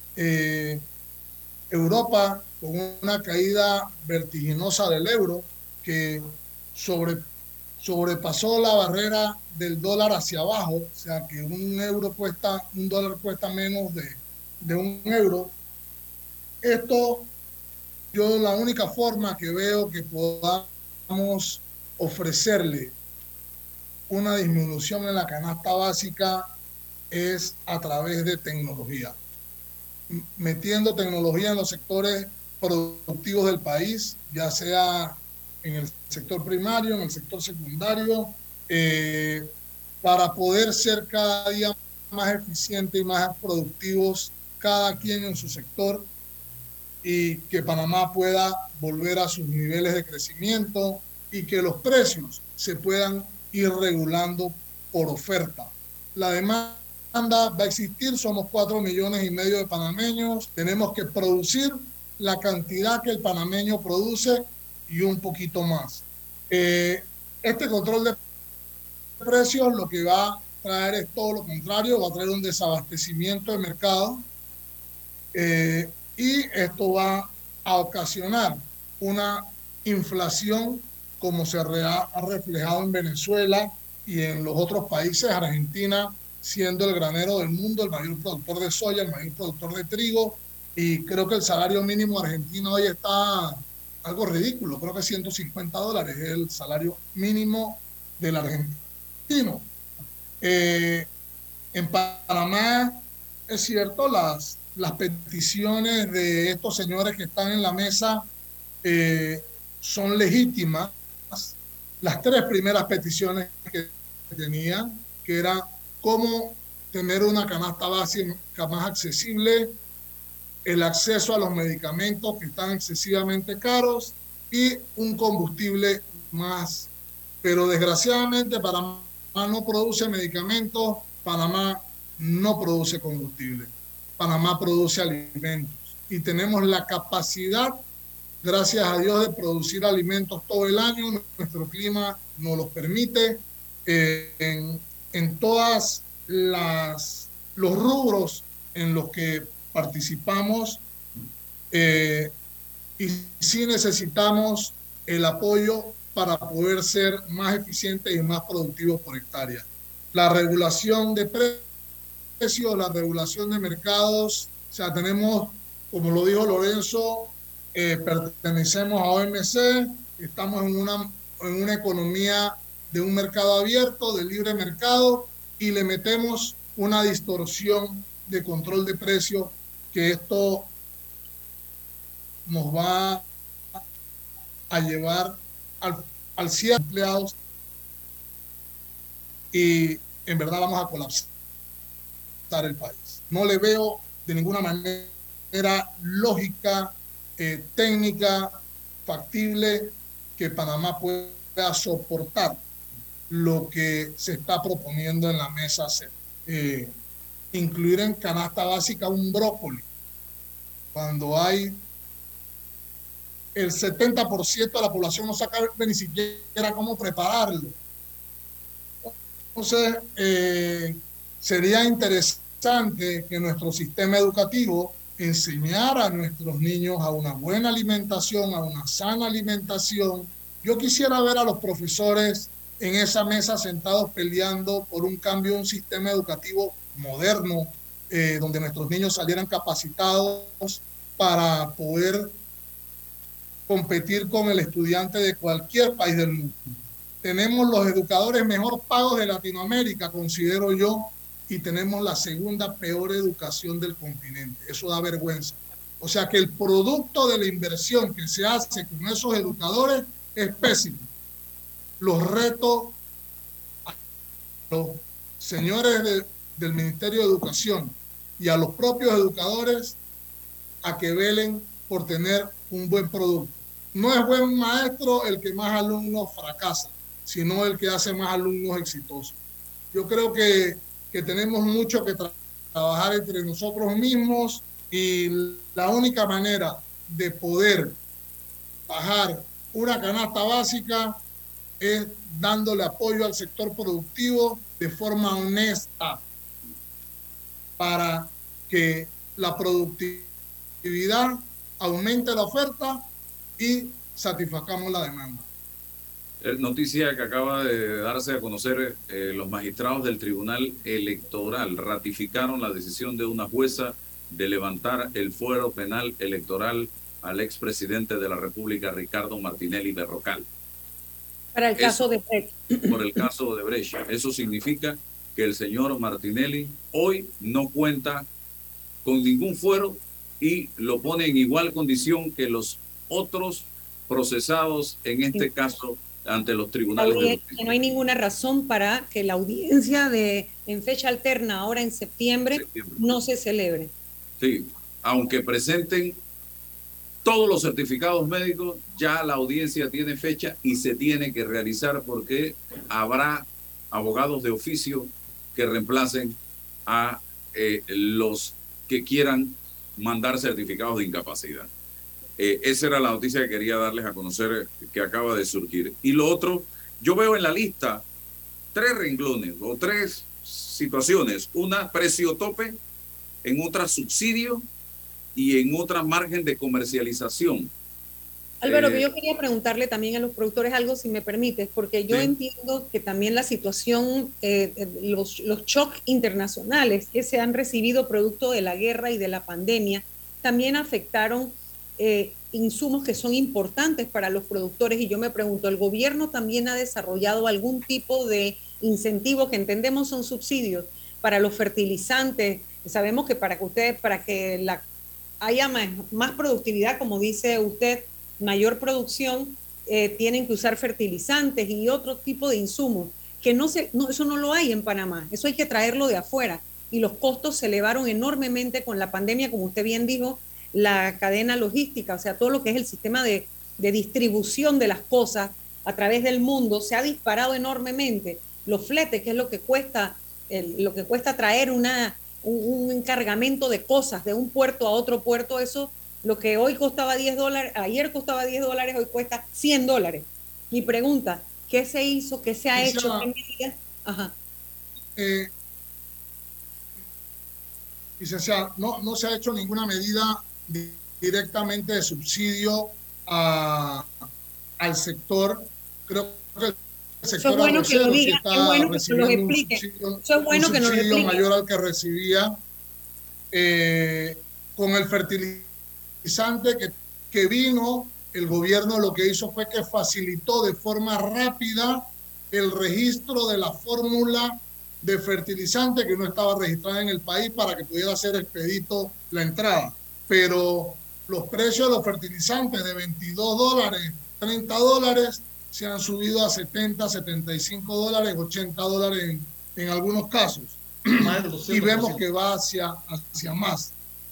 Europa con una caída vertiginosa del euro que sobrepasó la barrera del dólar hacia abajo, o sea que un dólar cuesta menos de un euro. Esto, yo la única forma que veo que podamos ofrecerle una disminución en la canasta básica es a través de tecnología, metiendo tecnología en los sectores productivos del país, ya sea en el sector primario, en el sector secundario, para poder ser cada día más eficientes y más productivos cada quien en su sector, y que Panamá pueda volver a sus niveles de crecimiento y que los precios se puedan ir regulando por oferta. La demanda va a existir, somos 4,5 millones de panameños, tenemos que producir la cantidad que el panameño produce y un poquito más. Este control de precios lo que va a traer es todo lo contrario, va a traer un desabastecimiento de mercado, y esto va a ocasionar una inflación como se ha reflejado en Venezuela y en los otros países. Argentina siendo el granero del mundo, el mayor productor de soya, el mayor productor de trigo, y creo que el salario mínimo argentino hoy está algo ridículo, creo que $150 es el salario mínimo del argentino. En Panamá, es cierto, las peticiones de estos señores que están en la mesa son legítimas. Las 3 primeras peticiones que tenían, que era cómo tener una canasta básica más accesible, el acceso a los medicamentos que están excesivamente caros y un combustible más. Pero desgraciadamente Panamá no produce medicamentos, Panamá no produce combustible, Panamá produce alimentos y tenemos la capacidad, gracias a Dios, de producir alimentos todo el año. Nuestro clima nos los permite, en todas los rubros en los que participamos, y sí necesitamos el apoyo para poder ser más eficientes y más productivos por hectárea. La regulación de precios, la regulación de mercados, o sea, tenemos, como lo dijo Lorenzo, pertenecemos a OMC, estamos en una economía de un mercado abierto, de libre mercado, y le metemos una distorsión de control de precios, que esto nos va a llevar al cierre de empleados y en verdad vamos a colapsar el país. No le veo de ninguna manera lógica, técnica, factible, que Panamá pueda soportar lo que se está proponiendo en la mesa hacer. Incluir en canasta básica un brócoli, cuando hay el 70% de la población no sabe ni siquiera cómo prepararlo. Entonces, sería interesante que nuestro sistema educativo enseñara a nuestros niños a una buena alimentación, a una sana alimentación. Yo quisiera ver a los profesores en esa mesa sentados peleando por un cambio de un sistema educativo moderno, donde nuestros niños salieran capacitados para poder competir con el estudiante de cualquier país del mundo. Tenemos los educadores mejor pagos de Latinoamérica, considero yo, y tenemos la segunda peor educación del continente. Eso da vergüenza. O sea que el producto de la inversión que se hace con esos educadores es pésimo. Los reto a los señores del Ministerio de Educación y a los propios educadores a que velen por tener un buen producto. No es buen maestro el que más alumnos fracasa, sino el que hace más alumnos exitosos. Yo creo que tenemos mucho que trabajar entre nosotros mismos, y la única manera de poder bajar una canasta básica es dándole apoyo al sector productivo de forma honesta, para que la productividad aumente la oferta y satisfacamos la demanda. Noticia que acaba de darse a conocer: los magistrados del Tribunal Electoral ratificaron la decisión de una jueza de levantar el fuero penal electoral al expresidente de la República, Ricardo Martinelli Berrocal. Para el caso de Brecht. Por el caso de Brecht. Eso significa que el señor Martinelli hoy no cuenta con ningún fuero y lo pone en igual condición que los otros procesados en este caso ante los tribunales de justicia. Que no hay ninguna razón para que la audiencia en fecha alterna, ahora en septiembre, no se celebre. Sí, aunque presenten todos los certificados médicos, ya la audiencia tiene fecha y se tiene que realizar porque habrá abogados de oficio que reemplacen a los que quieran mandar certificados de incapacidad. Esa era la noticia que quería darles a conocer que acaba de surgir. Y lo otro, yo veo en la lista 3 renglones o 3 situaciones. Una, precio tope; en otra, subsidio; y en otra, margen de comercialización. Álvaro, que yo quería preguntarle también a los productores algo, si me permites, porque yo entiendo que también la situación, los shocks internacionales que se han recibido producto de la guerra y de la pandemia, también afectaron insumos que son importantes para los productores. Y yo me pregunto, ¿el gobierno también ha desarrollado algún tipo de incentivo, que entendemos son subsidios, para los fertilizantes? Sabemos que para que haya más productividad, como dice usted, mayor producción, tienen que usar fertilizantes y otro tipo de insumos, que eso no lo hay en Panamá, eso hay que traerlo de afuera, y los costos se elevaron enormemente con la pandemia, como usted bien dijo, la cadena logística, o sea, todo lo que es el sistema de distribución de las cosas a través del mundo se ha disparado enormemente. Los fletes, que es lo que cuesta traer un encargamento de cosas de un puerto a otro puerto, eso, lo que hoy costaba $10, ayer costaba $10, hoy cuesta $100. Mi pregunta, ¿qué se hizo? ¿Qué se ha hecho? ¿Qué medidas? Ajá. Licenciada, no se ha hecho ninguna medida directamente de subsidio al sector. Creo que el sector arrocero sí está recibiendo un subsidio mayor al que recibía con el fertilizante que vino. El gobierno lo que hizo fue que facilitó de forma rápida el registro de la fórmula de fertilizante que no estaba registrada en el país para que pudiera ser expedito la entrada. Pero los precios de los fertilizantes de $22, $30 se han subido a $70, $75, $80 en algunos casos. Y vemos que va hacia más.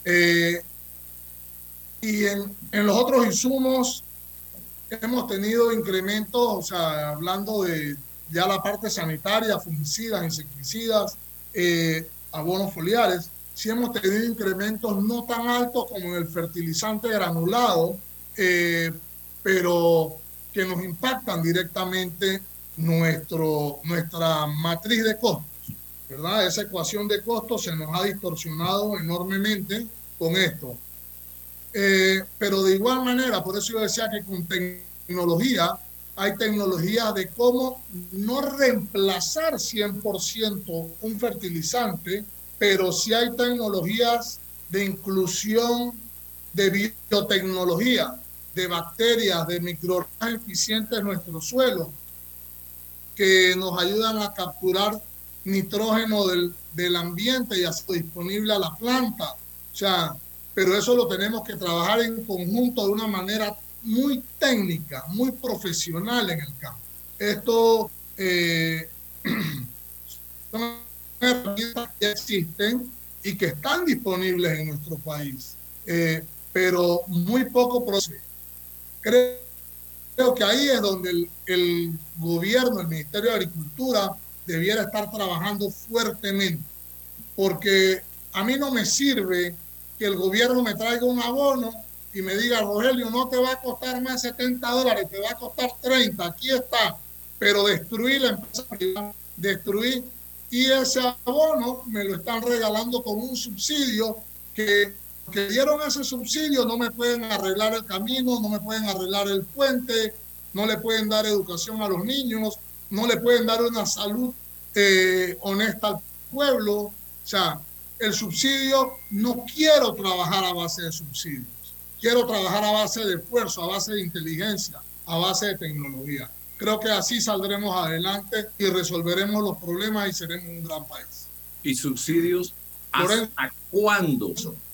Y en los otros insumos hemos tenido incrementos, o sea, hablando de ya la parte sanitaria, fungicidas, insecticidas, abonos foliares, sí hemos tenido incrementos no tan altos como en el fertilizante granulado, pero que nos impactan directamente nuestra matriz de costos, ¿verdad? Esa ecuación de costos se nos ha distorsionado enormemente con esto. Pero de igual manera, por eso yo decía que con tecnología, hay tecnologías de cómo no reemplazar 100% un fertilizante, pero sí hay tecnologías de inclusión de biotecnología, de bacterias, de microorganismos eficientes en nuestro suelo, que nos ayudan a capturar nitrógeno del ambiente y hacerlo disponible a la planta. O sea, pero eso lo tenemos que trabajar en conjunto de una manera muy técnica, muy profesional en el campo. Esto son herramientas que existen y que están disponibles en nuestro país, pero muy poco proceso. Creo que ahí es donde el gobierno, el Ministerio de Agricultura, debiera estar trabajando fuertemente, porque a mí no me sirve que el gobierno me traiga un abono y me diga, Rogelio, no te va a costar más $70, te va a costar 30, aquí está, pero destruir la empresa privada, destruir, y ese abono me lo están regalando con un subsidio que dieron ese subsidio, no me pueden arreglar el camino, no me pueden arreglar el puente, no le pueden dar educación a los niños, no le pueden dar una salud honesta al pueblo. O sea, el subsidio, no quiero trabajar a base de subsidios, quiero trabajar a base de esfuerzo, a base de inteligencia, a base de tecnología. Creo que así saldremos adelante y resolveremos los problemas y seremos un gran país. ¿Y subsidios hasta cuándo?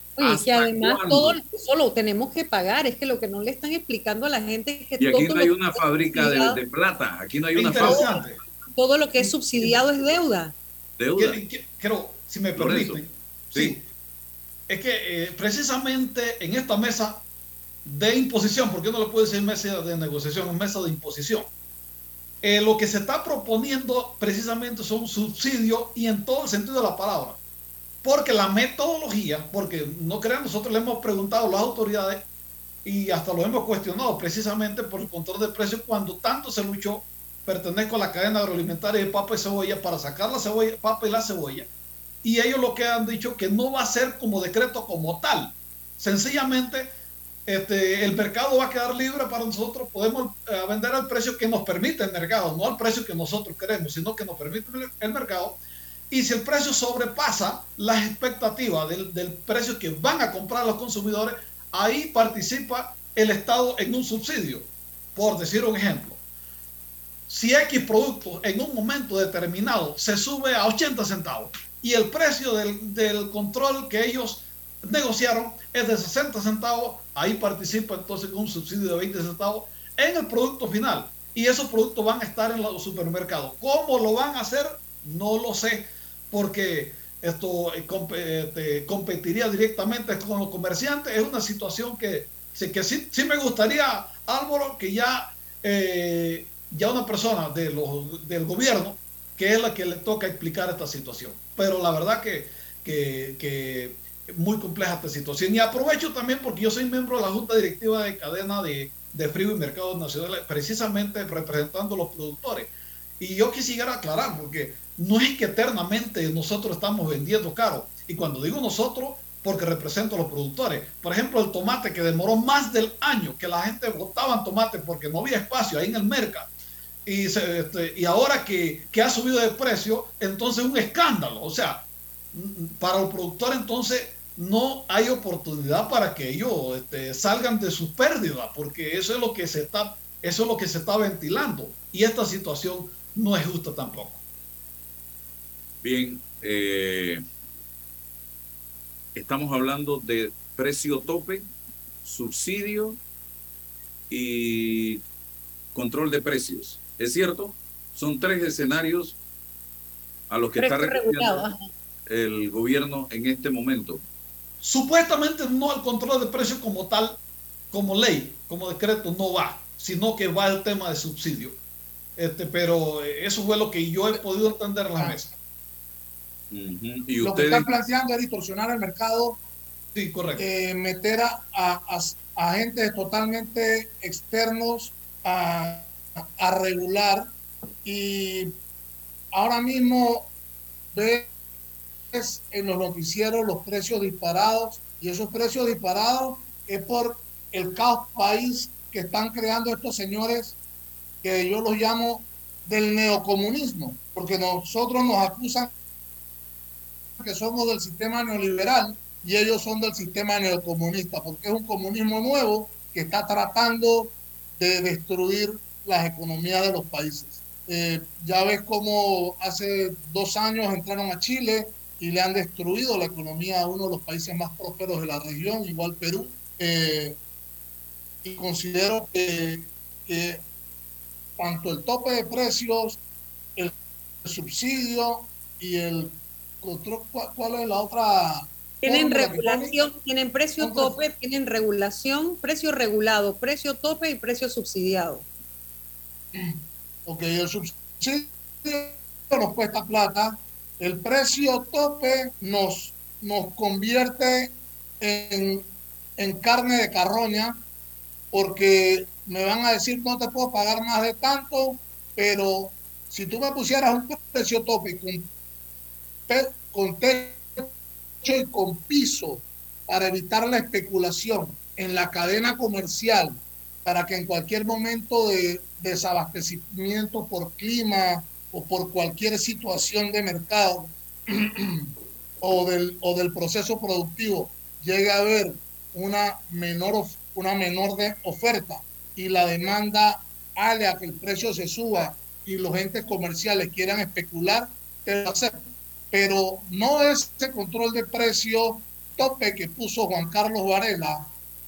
Oye, que ¿Hasta además todo cuándo? eso lo tenemos que pagar. Es que lo que no le están explicando a la gente es que Y aquí todo no lo hay que una es fábrica subsidiado, de plata, aquí no hay Es una fábrica interesante. todo lo que es subsidiado es deuda. de deuda. Quiero, si me Lorenzo, permiten, sí. sí, es que precisamente en esta mesa de imposición, porque no le puedo decir mesa de negociación, es mesa de imposición. Lo que se está proponiendo precisamente son subsidios y en todo el sentido de la palabra. Porque la metodología, porque no crean, nosotros le hemos preguntado a las autoridades y hasta lo hemos cuestionado precisamente por el control de precios cuando tanto se luchó. Pertenezco a la cadena agroalimentaria de papa y cebolla para sacar la cebolla, papa y la cebolla. Y ellos lo que han dicho que no va a ser como decreto como tal. Sencillamente el mercado va a quedar libre para nosotros, podemos vender al precio que nos permite el mercado, no al precio que nosotros queremos, sino que nos permite el mercado. Y si el precio sobrepasa las expectativas del precio que van a comprar los consumidores, ahí participa el Estado en un subsidio. Por decir un ejemplo, si X producto en un momento determinado se sube a 80 centavos y el precio del control que ellos negociaron es de 60 centavos, ahí participa entonces con un subsidio de 20 centavos en el producto final. Y esos productos van a estar en los supermercados. ¿Cómo lo van a hacer? No lo sé, porque esto competiría directamente con los comerciantes. Es una situación que sí me gustaría, Álvaro, que ya una persona del gobierno, que es la que le toca explicar esta situación. Pero la verdad que muy compleja esta situación. Y aprovecho también porque yo soy miembro de la Junta Directiva de Cadena de Frío y Mercados Nacionales, precisamente representando a los productores. Y yo quisiera aclarar, porque no es que eternamente nosotros estamos vendiendo caro. Y cuando digo nosotros, porque represento a los productores. Por ejemplo, el tomate que demoró más del año, que la gente botaba tomate porque no había espacio ahí en el mercado. Y ahora que ha subido de precio, entonces un escándalo. O sea, para los productores entonces no hay oportunidad para que ellos salgan de sus pérdidas, porque eso es lo que se está ventilando. Y esta situación no es justa tampoco. Bien, estamos hablando de precio tope, subsidio y control de precios. ¿Es cierto? Son tres escenarios a los que está recurriendo el gobierno en este momento. Supuestamente no el control de precios como tal, como ley, como decreto, no va, sino que va el tema de subsidio. Pero eso fue lo que yo he podido entender en la mesa. ¿Y lo que están planteando es distorsionar el mercado, sí, correcto. Meter a agentes totalmente externos a regular, y ahora mismo ves en los noticieros los precios disparados, y esos precios disparados es por el caos país que están creando estos señores que yo los llamo del neocomunismo, porque nosotros nos acusan que somos del sistema neoliberal y ellos son del sistema neocomunista, porque es un comunismo nuevo que está tratando de destruir las economías de los países. Ya ves cómo hace 2 años entraron a Chile y le han destruido la economía a uno de los países más prósperos de la región, igual Perú. Y considero que tanto el tope de precios, el subsidio y el control, ¿cuál es la otra? Tienen regulación, tienen precio tope, tienen regulación, precio regulado, precio tope y precio subsidiado. Ok, el subsidio nos cuesta plata, el precio tope nos convierte en carne de carroña, porque me van a decir no te puedo pagar más de tanto, pero si tú me pusieras un precio tope con techo y con piso para evitar la especulación en la cadena comercial, para que en cualquier momento de desabastecimiento por clima o por cualquier situación de mercado o del proceso productivo llegue a haber una menor de oferta y la demanda haga que el precio se suba y los entes comerciales quieran especular, te lo acepto. Pero no ese control de precio tope que puso Juan Carlos Varela,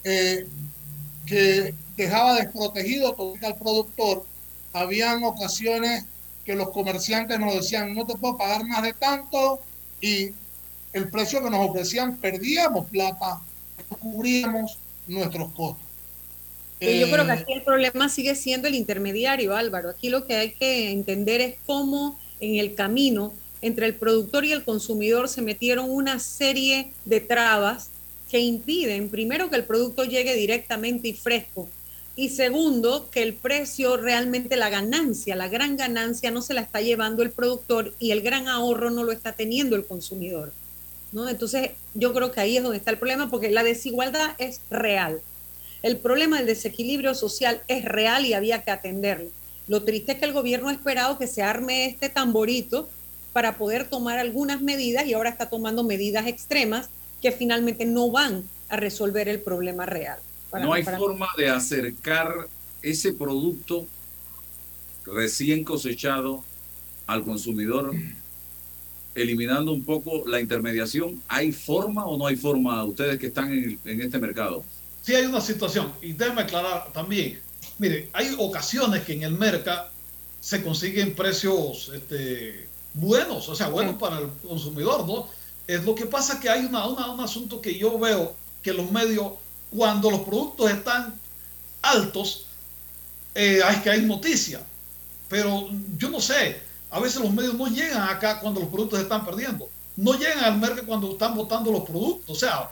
que dejaba desprotegido todo al productor. Habían ocasiones que los comerciantes nos decían, no te puedo pagar más de tanto, y el precio que nos ofrecían perdíamos plata, no cubríamos nuestros costos. Yo creo que aquí el problema sigue siendo el intermediario, Álvaro. Aquí lo que hay que entender es cómo en el camino entre el productor y el consumidor se metieron una serie de trabas que impiden, primero, que el producto llegue directamente y fresco, y segundo, que el precio realmente, la ganancia, la gran ganancia no se la está llevando el productor y el gran ahorro no lo está teniendo el consumidor, ¿no? Entonces, yo creo que ahí es donde está el problema, porque la desigualdad es real. El problema del desequilibrio social es real y había que atenderlo. Lo triste es que el gobierno ha esperado que se arme este tamborito para poder tomar algunas medidas y ahora está tomando medidas extremas que finalmente no van a resolver el problema real. No hay forma de acercar ese producto recién cosechado al consumidor, eliminando un poco la intermediación. ¿Hay forma o no hay forma, ustedes que están en este mercado? Sí hay una situación, y déjeme aclarar también. Mire, hay ocasiones que en el mercado se consiguen precios buenos, o sea, buenos para el consumidor, ¿no? Lo que pasa es que hay un asunto que yo veo que los medios, cuando los productos están altos, es que hay noticia. Pero yo no sé, a veces los medios no llegan acá cuando los productos se están perdiendo. No llegan al mercado cuando están botando los productos. O sea,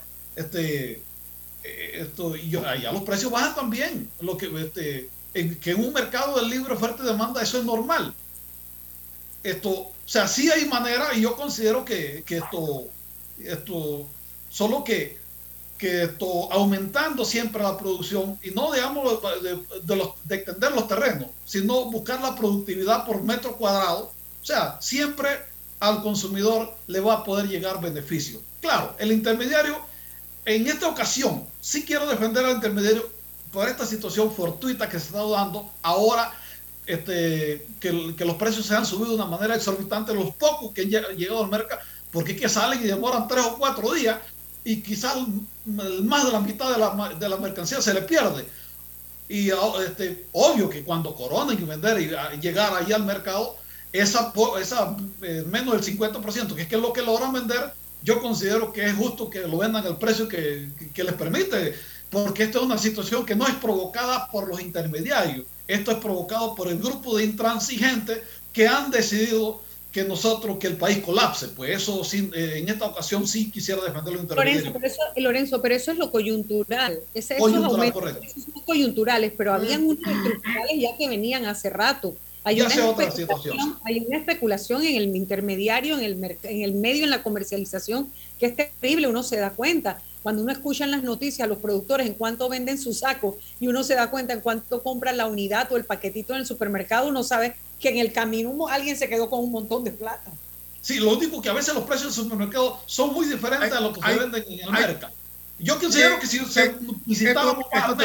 allá los precios bajan también. Lo que en un mercado de libre oferta y demanda, eso es normal. O sea, sí hay manera, y yo considero que solo que aumentando siempre la producción, y no digamos de extender los terrenos, sino buscar la productividad por metro cuadrado. O sea, siempre al consumidor le va a poder llegar beneficio. Claro, el intermediario, en esta ocasión, sí quiero defender al intermediario por esta situación fortuita que se está dando ahora, que los precios se han subido de una manera exorbitante, los pocos que han llegado al mercado, porque es que salen y demoran 3 o 4 días, y quizás más de la mitad de la mercancía se le pierde. Y obvio que cuando coronen y vender y llegar ahí al mercado, esa menos del 50%, que es lo que logran vender, yo considero que es justo que lo vendan al precio que les permite, porque esta es una situación que no es provocada por los intermediarios, esto es provocado por el grupo de intransigentes que han decidido que el país colapse. Pues eso sí, en esta ocasión sí quisiera defender los intermediarios. Lorenzo, pero eso es lo coyuntural. Esos son coyunturales, pero habían unos estructurales ya que venían hace rato. Hay una especulación en el intermediario, en el medio, en la comercialización, que es terrible. Uno se da cuenta. Cuando uno escucha en las noticias a los productores en cuánto venden su saco y uno se da cuenta en cuánto compran la unidad o el paquetito en el supermercado, uno sabe que en el camino alguien se quedó con un montón de plata. Sí, lo único que a veces los precios del supermercado son muy diferentes a lo que se venden en el mercado. Yo considero que si visitáramos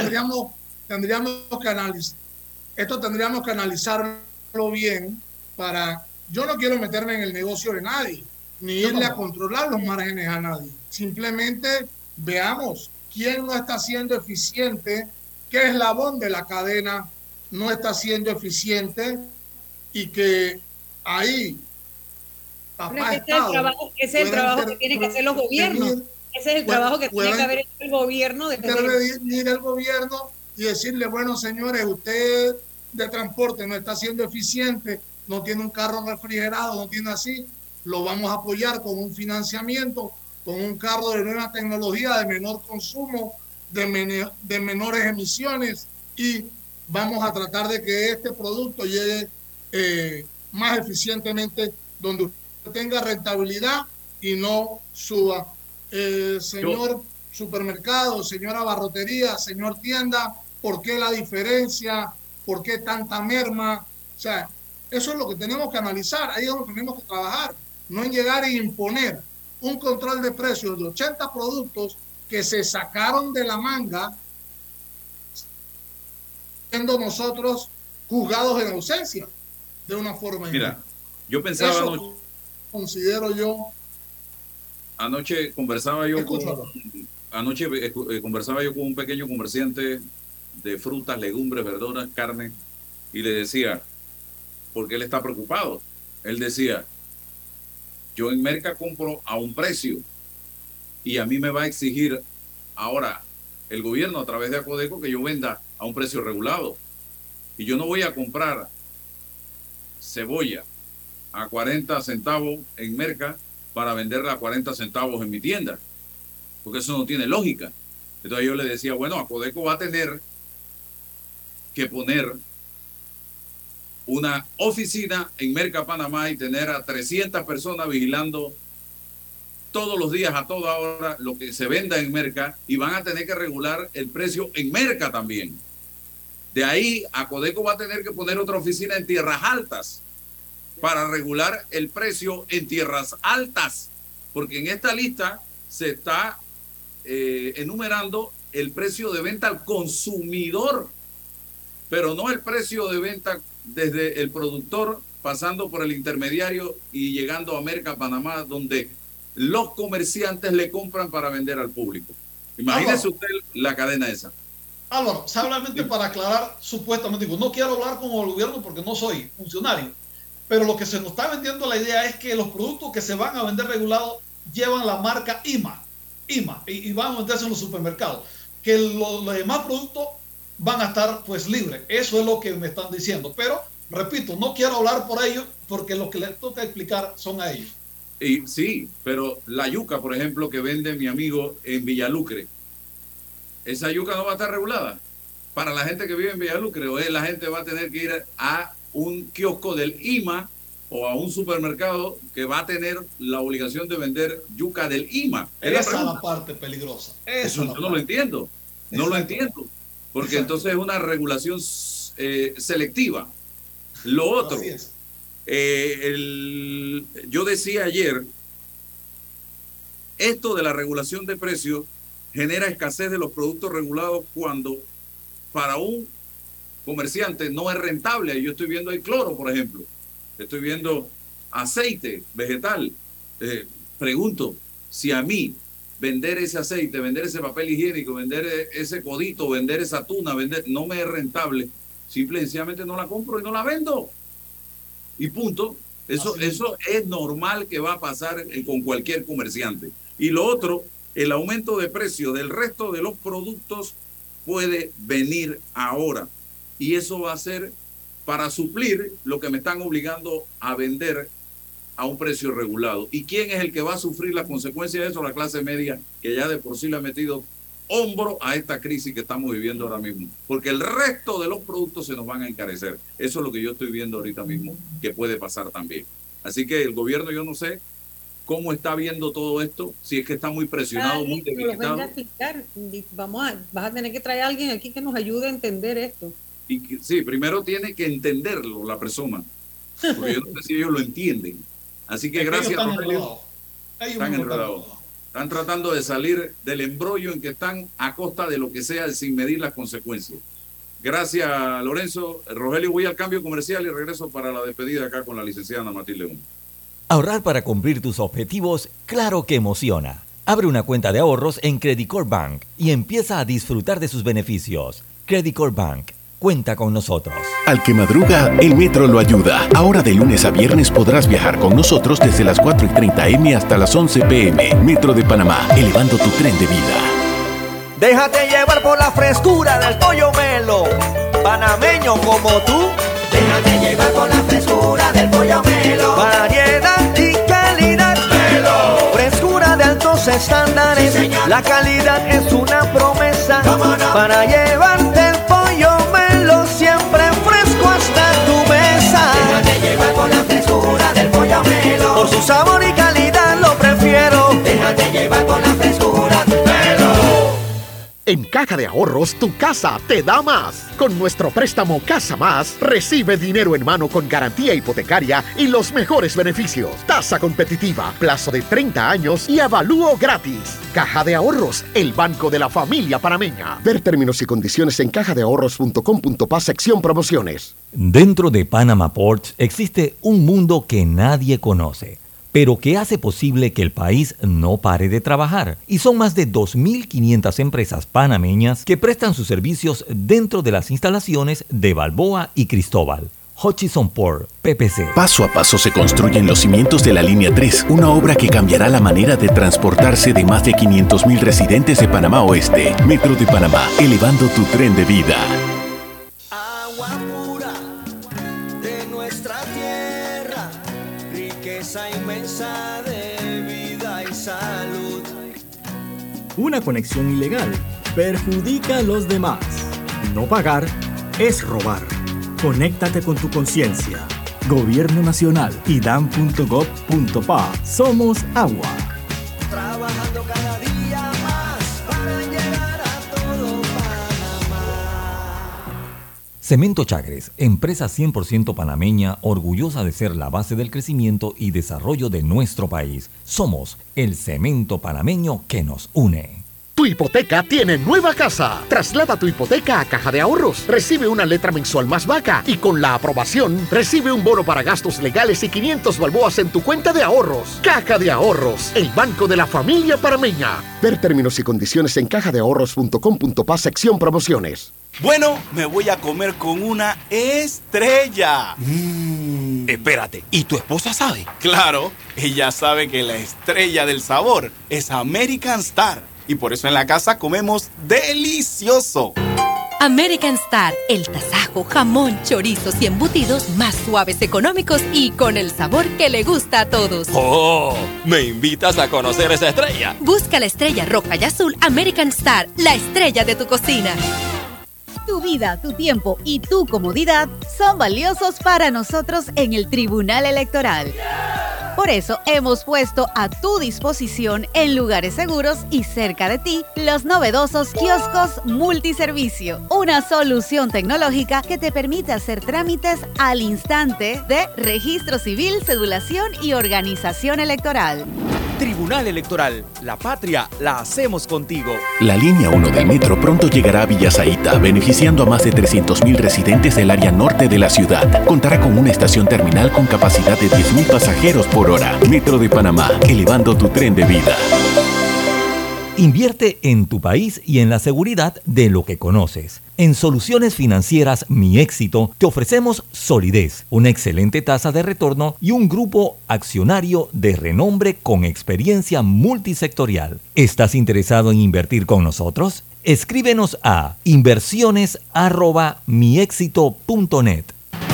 esto tendríamos que analizarlo bien para... Yo no quiero meterme en el negocio de nadie, ni irle a controlar los márgenes a nadie. Simplemente veamos quién no está siendo eficiente, qué eslabón de la cadena no está siendo eficiente, y que ahí ese es el trabajo que tienen que hacer los gobiernos. Ese es el trabajo que tiene que haber hecho el gobierno. Intervenir el gobierno y decirle, bueno, señores, usted de transporte no está siendo eficiente, no tiene un carro refrigerado, no tiene así, lo vamos a apoyar con un financiamiento, con un carro de nueva tecnología, de menor consumo, de menores emisiones, y vamos a tratar de que este producto llegue más eficientemente donde usted tenga rentabilidad y no suba. Señor supermercado, señora barrotería, señor tienda, ¿por qué la diferencia? ¿Por qué tanta merma? O sea, eso es lo que tenemos que analizar, ahí es donde tenemos que trabajar, no en llegar e imponer un control de precios de 80 productos que se sacaron de la manga, siendo nosotros juzgados en ausencia de una forma. Mira, yo pensaba... Eso considero yo Anoche conversaba yo con un pequeño comerciante de frutas, legumbres, verduras, carne, y le decía, porque él está preocupado. Él decía, yo en Merca compro a un precio y a mí me va a exigir ahora el gobierno a través de Acodeco que yo venda a un precio regulado. Y yo no voy a comprar cebolla a 40 centavos en Merca para venderla a 40 centavos en mi tienda, porque eso no tiene lógica. Entonces yo le decía, bueno, Acodeco va a tener que poner una oficina en Merca Panamá y tener a 300 personas vigilando todos los días, a toda hora, lo que se venda en Merca, y van a tener que regular el precio en Merca también. De ahí, Acodeco va a tener que poner otra oficina en Tierras Altas para regular el precio en Tierras Altas, porque en esta lista se está enumerando el precio de venta al consumidor, pero no el precio de venta desde el productor, pasando por el intermediario y llegando a Merca Panamá, donde los comerciantes le compran para vender al público. Imagínese usted la cadena esa. Álvaro, solamente para aclarar, supuestamente, digo, no quiero hablar con el gobierno porque no soy funcionario, pero lo que se nos está vendiendo la idea es que los productos que se van a vender regulados llevan la marca IMA, y van a venderse en los supermercados, que los demás productos van a estar pues libres. Eso es lo que me están diciendo, pero repito, no quiero hablar por ellos porque lo que les toca explicar son a ellos. Y sí, pero la yuca, por ejemplo, que vende mi amigo en Villalucre, esa yuca no va a estar regulada para la gente que vive en Villalucre, o la gente va a tener que ir a un kiosco del IMA o a un supermercado que va a tener la obligación de vender yuca del IMA. Esa es la parte peligrosa. Eso yo no lo entiendo. No lo entiendo. Porque entonces es una regulación selectiva. Lo otro, yo decía ayer, esto de la regulación de precios genera escasez de los productos regulados cuando para un comerciante no es rentable. Yo estoy viendo ahí cloro, por ejemplo. Estoy viendo aceite vegetal. Pregunto, si a mí vender ese aceite, vender ese papel higiénico, vender ese codito, vender esa tuna, no me es rentable, simple y sencillamente no la compro y no la vendo. Y punto. Eso es normal que va a pasar con cualquier comerciante. Y lo otro, el aumento de precio del resto de los productos puede venir ahora. Y eso va a ser para suplir lo que me están obligando a vender a un precio regulado. ¿Y quién es el que va a sufrir las consecuencias de eso? La clase media, que ya de por sí le ha metido hombro a esta crisis que estamos viviendo ahora mismo. Porque el resto de los productos se nos van a encarecer. Eso es lo que yo estoy viendo ahorita mismo, que puede pasar también. Así que el gobierno, yo no sé cómo está viendo todo esto, si es que está muy presionado, muy debilitado. Vas a tener que traer a alguien aquí que nos ayude a entender esto. Y sí, primero tiene que entenderlo la persona, porque yo no sé si ellos lo entienden. Así que gracias, Rogelio. Están enredados. Están tratando de salir del embrollo en que están a costa de lo que sea, sin medir las consecuencias. Gracias, Lorenzo. Rogelio, voy al cambio comercial y regreso para la despedida acá con la licenciada Ana Matilde León. Ahorrar para cumplir tus objetivos, claro que emociona. Abre una cuenta de ahorros en Credit Corp Bank y empieza a disfrutar de sus beneficios. Credit Corp Bank. Cuenta con nosotros. Al que madruga, el metro lo ayuda. Ahora de lunes a viernes podrás viajar con nosotros desde las 4:30 m hasta las 11 p.m. Metro de Panamá, elevando tu tren de vida. Déjate llevar por la frescura del pollo Melo. Panameño como tú. Déjate llevar por la frescura del pollo Melo. Variedad y calidad. Melo. Frescura de altos estándares. Sí, la calidad es una promesa. No. Para llevarte el pollo Melo siempre fresco hasta tu mesa. Déjate llevar por la frescura del pollo Melo. Por su sabor y calidad lo prefiero. Déjate llevar por la frescura del Melo. En Caja de Ahorros, tu casa te da más. Con nuestro préstamo Casa Más, recibe dinero en mano con garantía hipotecaria y los mejores beneficios. Tasa competitiva, plazo de 30 años y avalúo gratis. Caja de Ahorros, el banco de la familia panameña. Ver términos y condiciones en cajadeahorros.com.pa, sección promociones. Dentro de Panama Ports existe un mundo que nadie conoce. pero que hace posible que el país no pare de trabajar. Y son más de 2.500 empresas panameñas que prestan sus servicios dentro de las instalaciones de Balboa y Cristóbal. Hutchison Port, PPC. Paso a paso se construyen los cimientos de la Línea 3, una obra que cambiará la manera de transportarse de más de 500.000 residentes de Panamá Oeste. Metro de Panamá, elevando tu tren de vida. Agua pura de nuestra tierra, riqueza inmensa de vida y salud. Una conexión ilegal perjudica a los demás. No pagar es robar. Conéctate con tu conciencia. Gobierno Nacional y dan.gov.pa. Somos agua. Trabajando cada día más para llegar a todo Panamá. Cemento Chagres, empresa 100% panameña, orgullosa de ser la base del crecimiento y desarrollo de nuestro país. Somos el cemento panameño que nos une. Tu hipoteca tiene nueva casa. Traslada tu hipoteca a Caja de Ahorros. Recibe una letra mensual más vaca y con la aprobación recibe un bono para gastos legales y 500 balboas en tu cuenta de ahorros. Caja de Ahorros, el banco de la familia panameña. Ver términos y condiciones en cajadeahorros.com.pa sección promociones. Bueno, me voy a comer con una estrella. Espérate, ¿y tu esposa sabe? Claro, ella sabe que la estrella del sabor es American Star. Y por eso en la casa comemos delicioso. American Star, el tasajo, jamón, chorizos y embutidos más suaves, económicos y con el sabor que le gusta a todos. ¡Oh! ¿Me invitas a conocer esa estrella? Busca la estrella roja y azul American Star, la estrella de tu cocina. Tu vida, tu tiempo y tu comodidad son valiosos para nosotros en el Tribunal Electoral. Por eso hemos puesto a tu disposición en lugares seguros y cerca de ti los novedosos kioscos multiservicio, una solución tecnológica que te permite hacer trámites al instante de registro civil, cedulación y organización electoral. Tribunal Electoral, la patria la hacemos contigo. La línea 1 del metro pronto llegará a Villa Zaita, beneficiando a más de 300.000 residentes del área norte de la ciudad. Contará con una estación terminal con capacidad de 10.000 pasajeros por hora. Metro de Panamá, elevando tu tren de vida. Invierte en tu país y en la seguridad de lo que conoces. En Soluciones Financieras Mi Éxito te ofrecemos solidez, una excelente tasa de retorno y un grupo accionario de renombre con experiencia multisectorial. ¿Estás interesado en invertir con nosotros? Escríbenos a inversiones@miexito.net.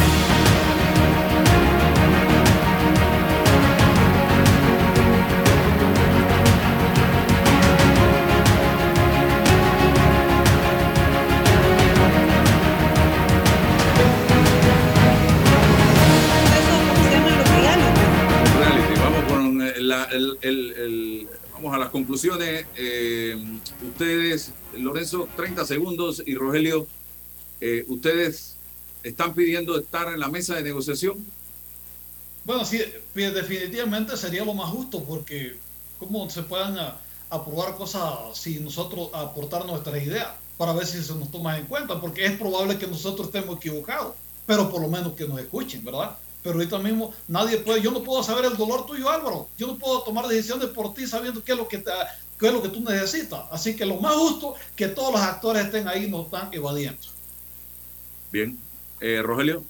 Vamos a las conclusiones. Ustedes, Lorenzo, 30 segundos, y Rogelio, ¿ustedes están pidiendo estar en la mesa de negociación? Bueno, sí, definitivamente sería lo más justo, porque ¿cómo se puedan aprobar cosas sin nosotros aportar nuestras ideas para ver si se nos toma en cuenta? Porque es probable que nosotros estemos equivocados, pero por lo menos que nos escuchen, ¿verdad? Pero ahorita mismo nadie puede, yo no puedo saber el dolor tuyo, Álvaro. Yo no puedo tomar decisiones por ti sabiendo qué es lo que tú necesitas. Así que lo más justo que todos los actores estén ahí, nos están evadiendo. Bien. Rogelio.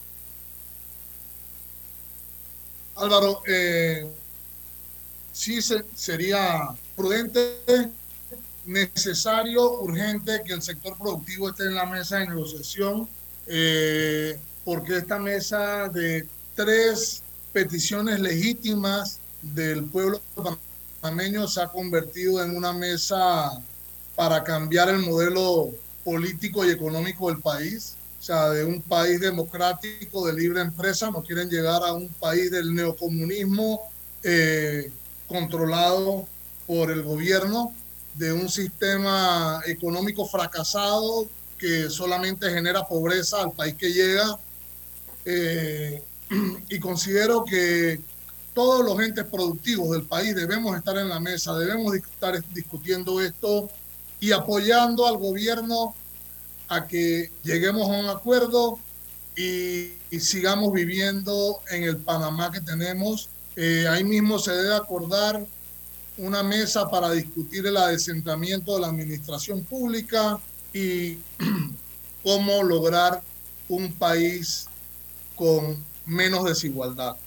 Álvaro, sí sería prudente, necesario, urgente que el sector productivo esté en la mesa de negociación. Porque esta mesa de 3 peticiones legítimas del pueblo panameño se ha convertido en una mesa para cambiar el modelo político y económico del país. O sea, de un país democrático de libre empresa, no quieren llegar a un país del neocomunismo controlado por el gobierno, de un sistema económico fracasado que solamente genera pobreza al país que llega. Y considero que todos los entes productivos del país debemos estar en la mesa, debemos estar discutiendo esto y apoyando al gobierno a que lleguemos a un acuerdo y sigamos viviendo en el Panamá que tenemos, Ahí mismo se debe acordar una mesa para discutir el adescentramiento de la administración pública y cómo lograr un país con menos desigualdad.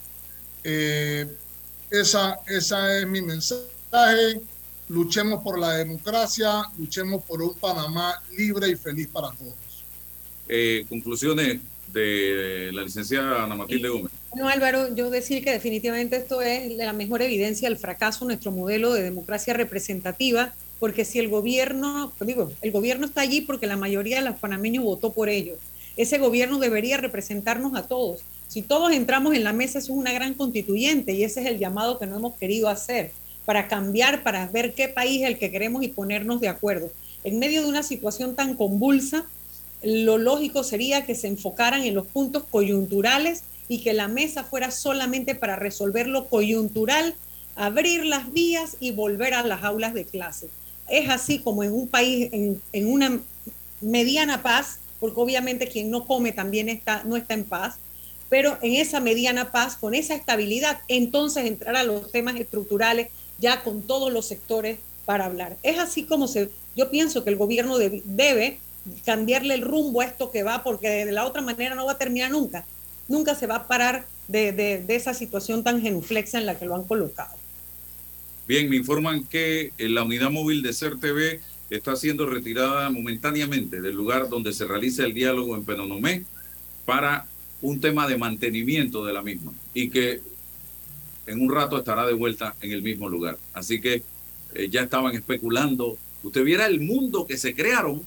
Esa es mi mensaje. Luchemos por la democracia, luchemos por un Panamá libre y feliz para todos. Conclusiones de la licenciada Ana Matilde Gómez. Bueno, Álvaro, yo decir que definitivamente esto es la mejor evidencia del fracaso de nuestro modelo de democracia representativa, porque si el gobierno está allí porque la mayoría de los panameños votó por ellos. Ese gobierno debería representarnos a todos. Si todos entramos en la mesa, eso es una gran constituyente y ese es el llamado que no hemos querido hacer para cambiar, para ver qué país es el que queremos y ponernos de acuerdo. En medio de una situación tan convulsa, lo lógico sería que se enfocaran en los puntos coyunturales y que la mesa fuera solamente para resolver lo coyuntural, abrir las vías y volver a las aulas de clase. Es así como en un país en una mediana paz, porque obviamente quien no come también no está en paz, pero en esa mediana paz, con esa estabilidad, entonces entrar a los temas estructurales ya con todos los sectores para hablar. Es así como yo pienso que el gobierno debe cambiarle el rumbo a esto que va, porque de la otra manera no va a terminar nunca. Nunca se va a parar de esa situación tan genuflexa en la que lo han colocado. Bien, me informan que la unidad móvil de CERTV está siendo retirada momentáneamente del lugar donde se realiza el diálogo en Penonomé para un tema de mantenimiento de la misma y que en un rato estará de vuelta en el mismo lugar. Así que ya estaban especulando. Usted viera el mundo que se crearon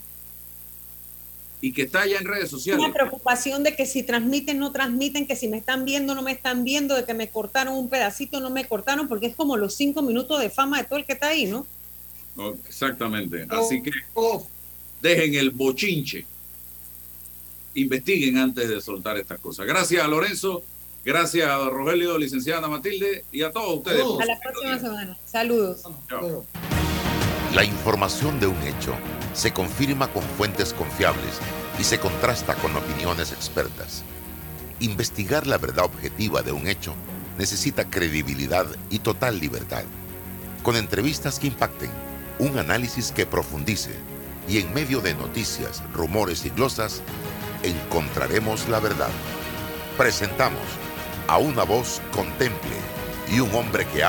y que está allá en redes sociales. Una preocupación de que si transmiten, no transmiten, que si me están viendo, no me están viendo, de que me cortaron un pedacito, no me cortaron, porque es como los 5 minutos de fama de todo el que está ahí, ¿no? Exactamente. Así que dejen el bochinche. Investiguen antes de soltar estas cosas. Gracias a Lorenzo, gracias a Rogelio, licenciada Ana Matilde, y a todos ustedes. A la próxima semana. Saludos. Chao. La información de un hecho se confirma con fuentes confiables y se contrasta con opiniones expertas. Investigar la verdad objetiva de un hecho necesita credibilidad y total libertad. Con entrevistas que impacten, un análisis que profundice y en medio de noticias, rumores y glosas, encontraremos la verdad. Presentamos a una voz contemple y un hombre que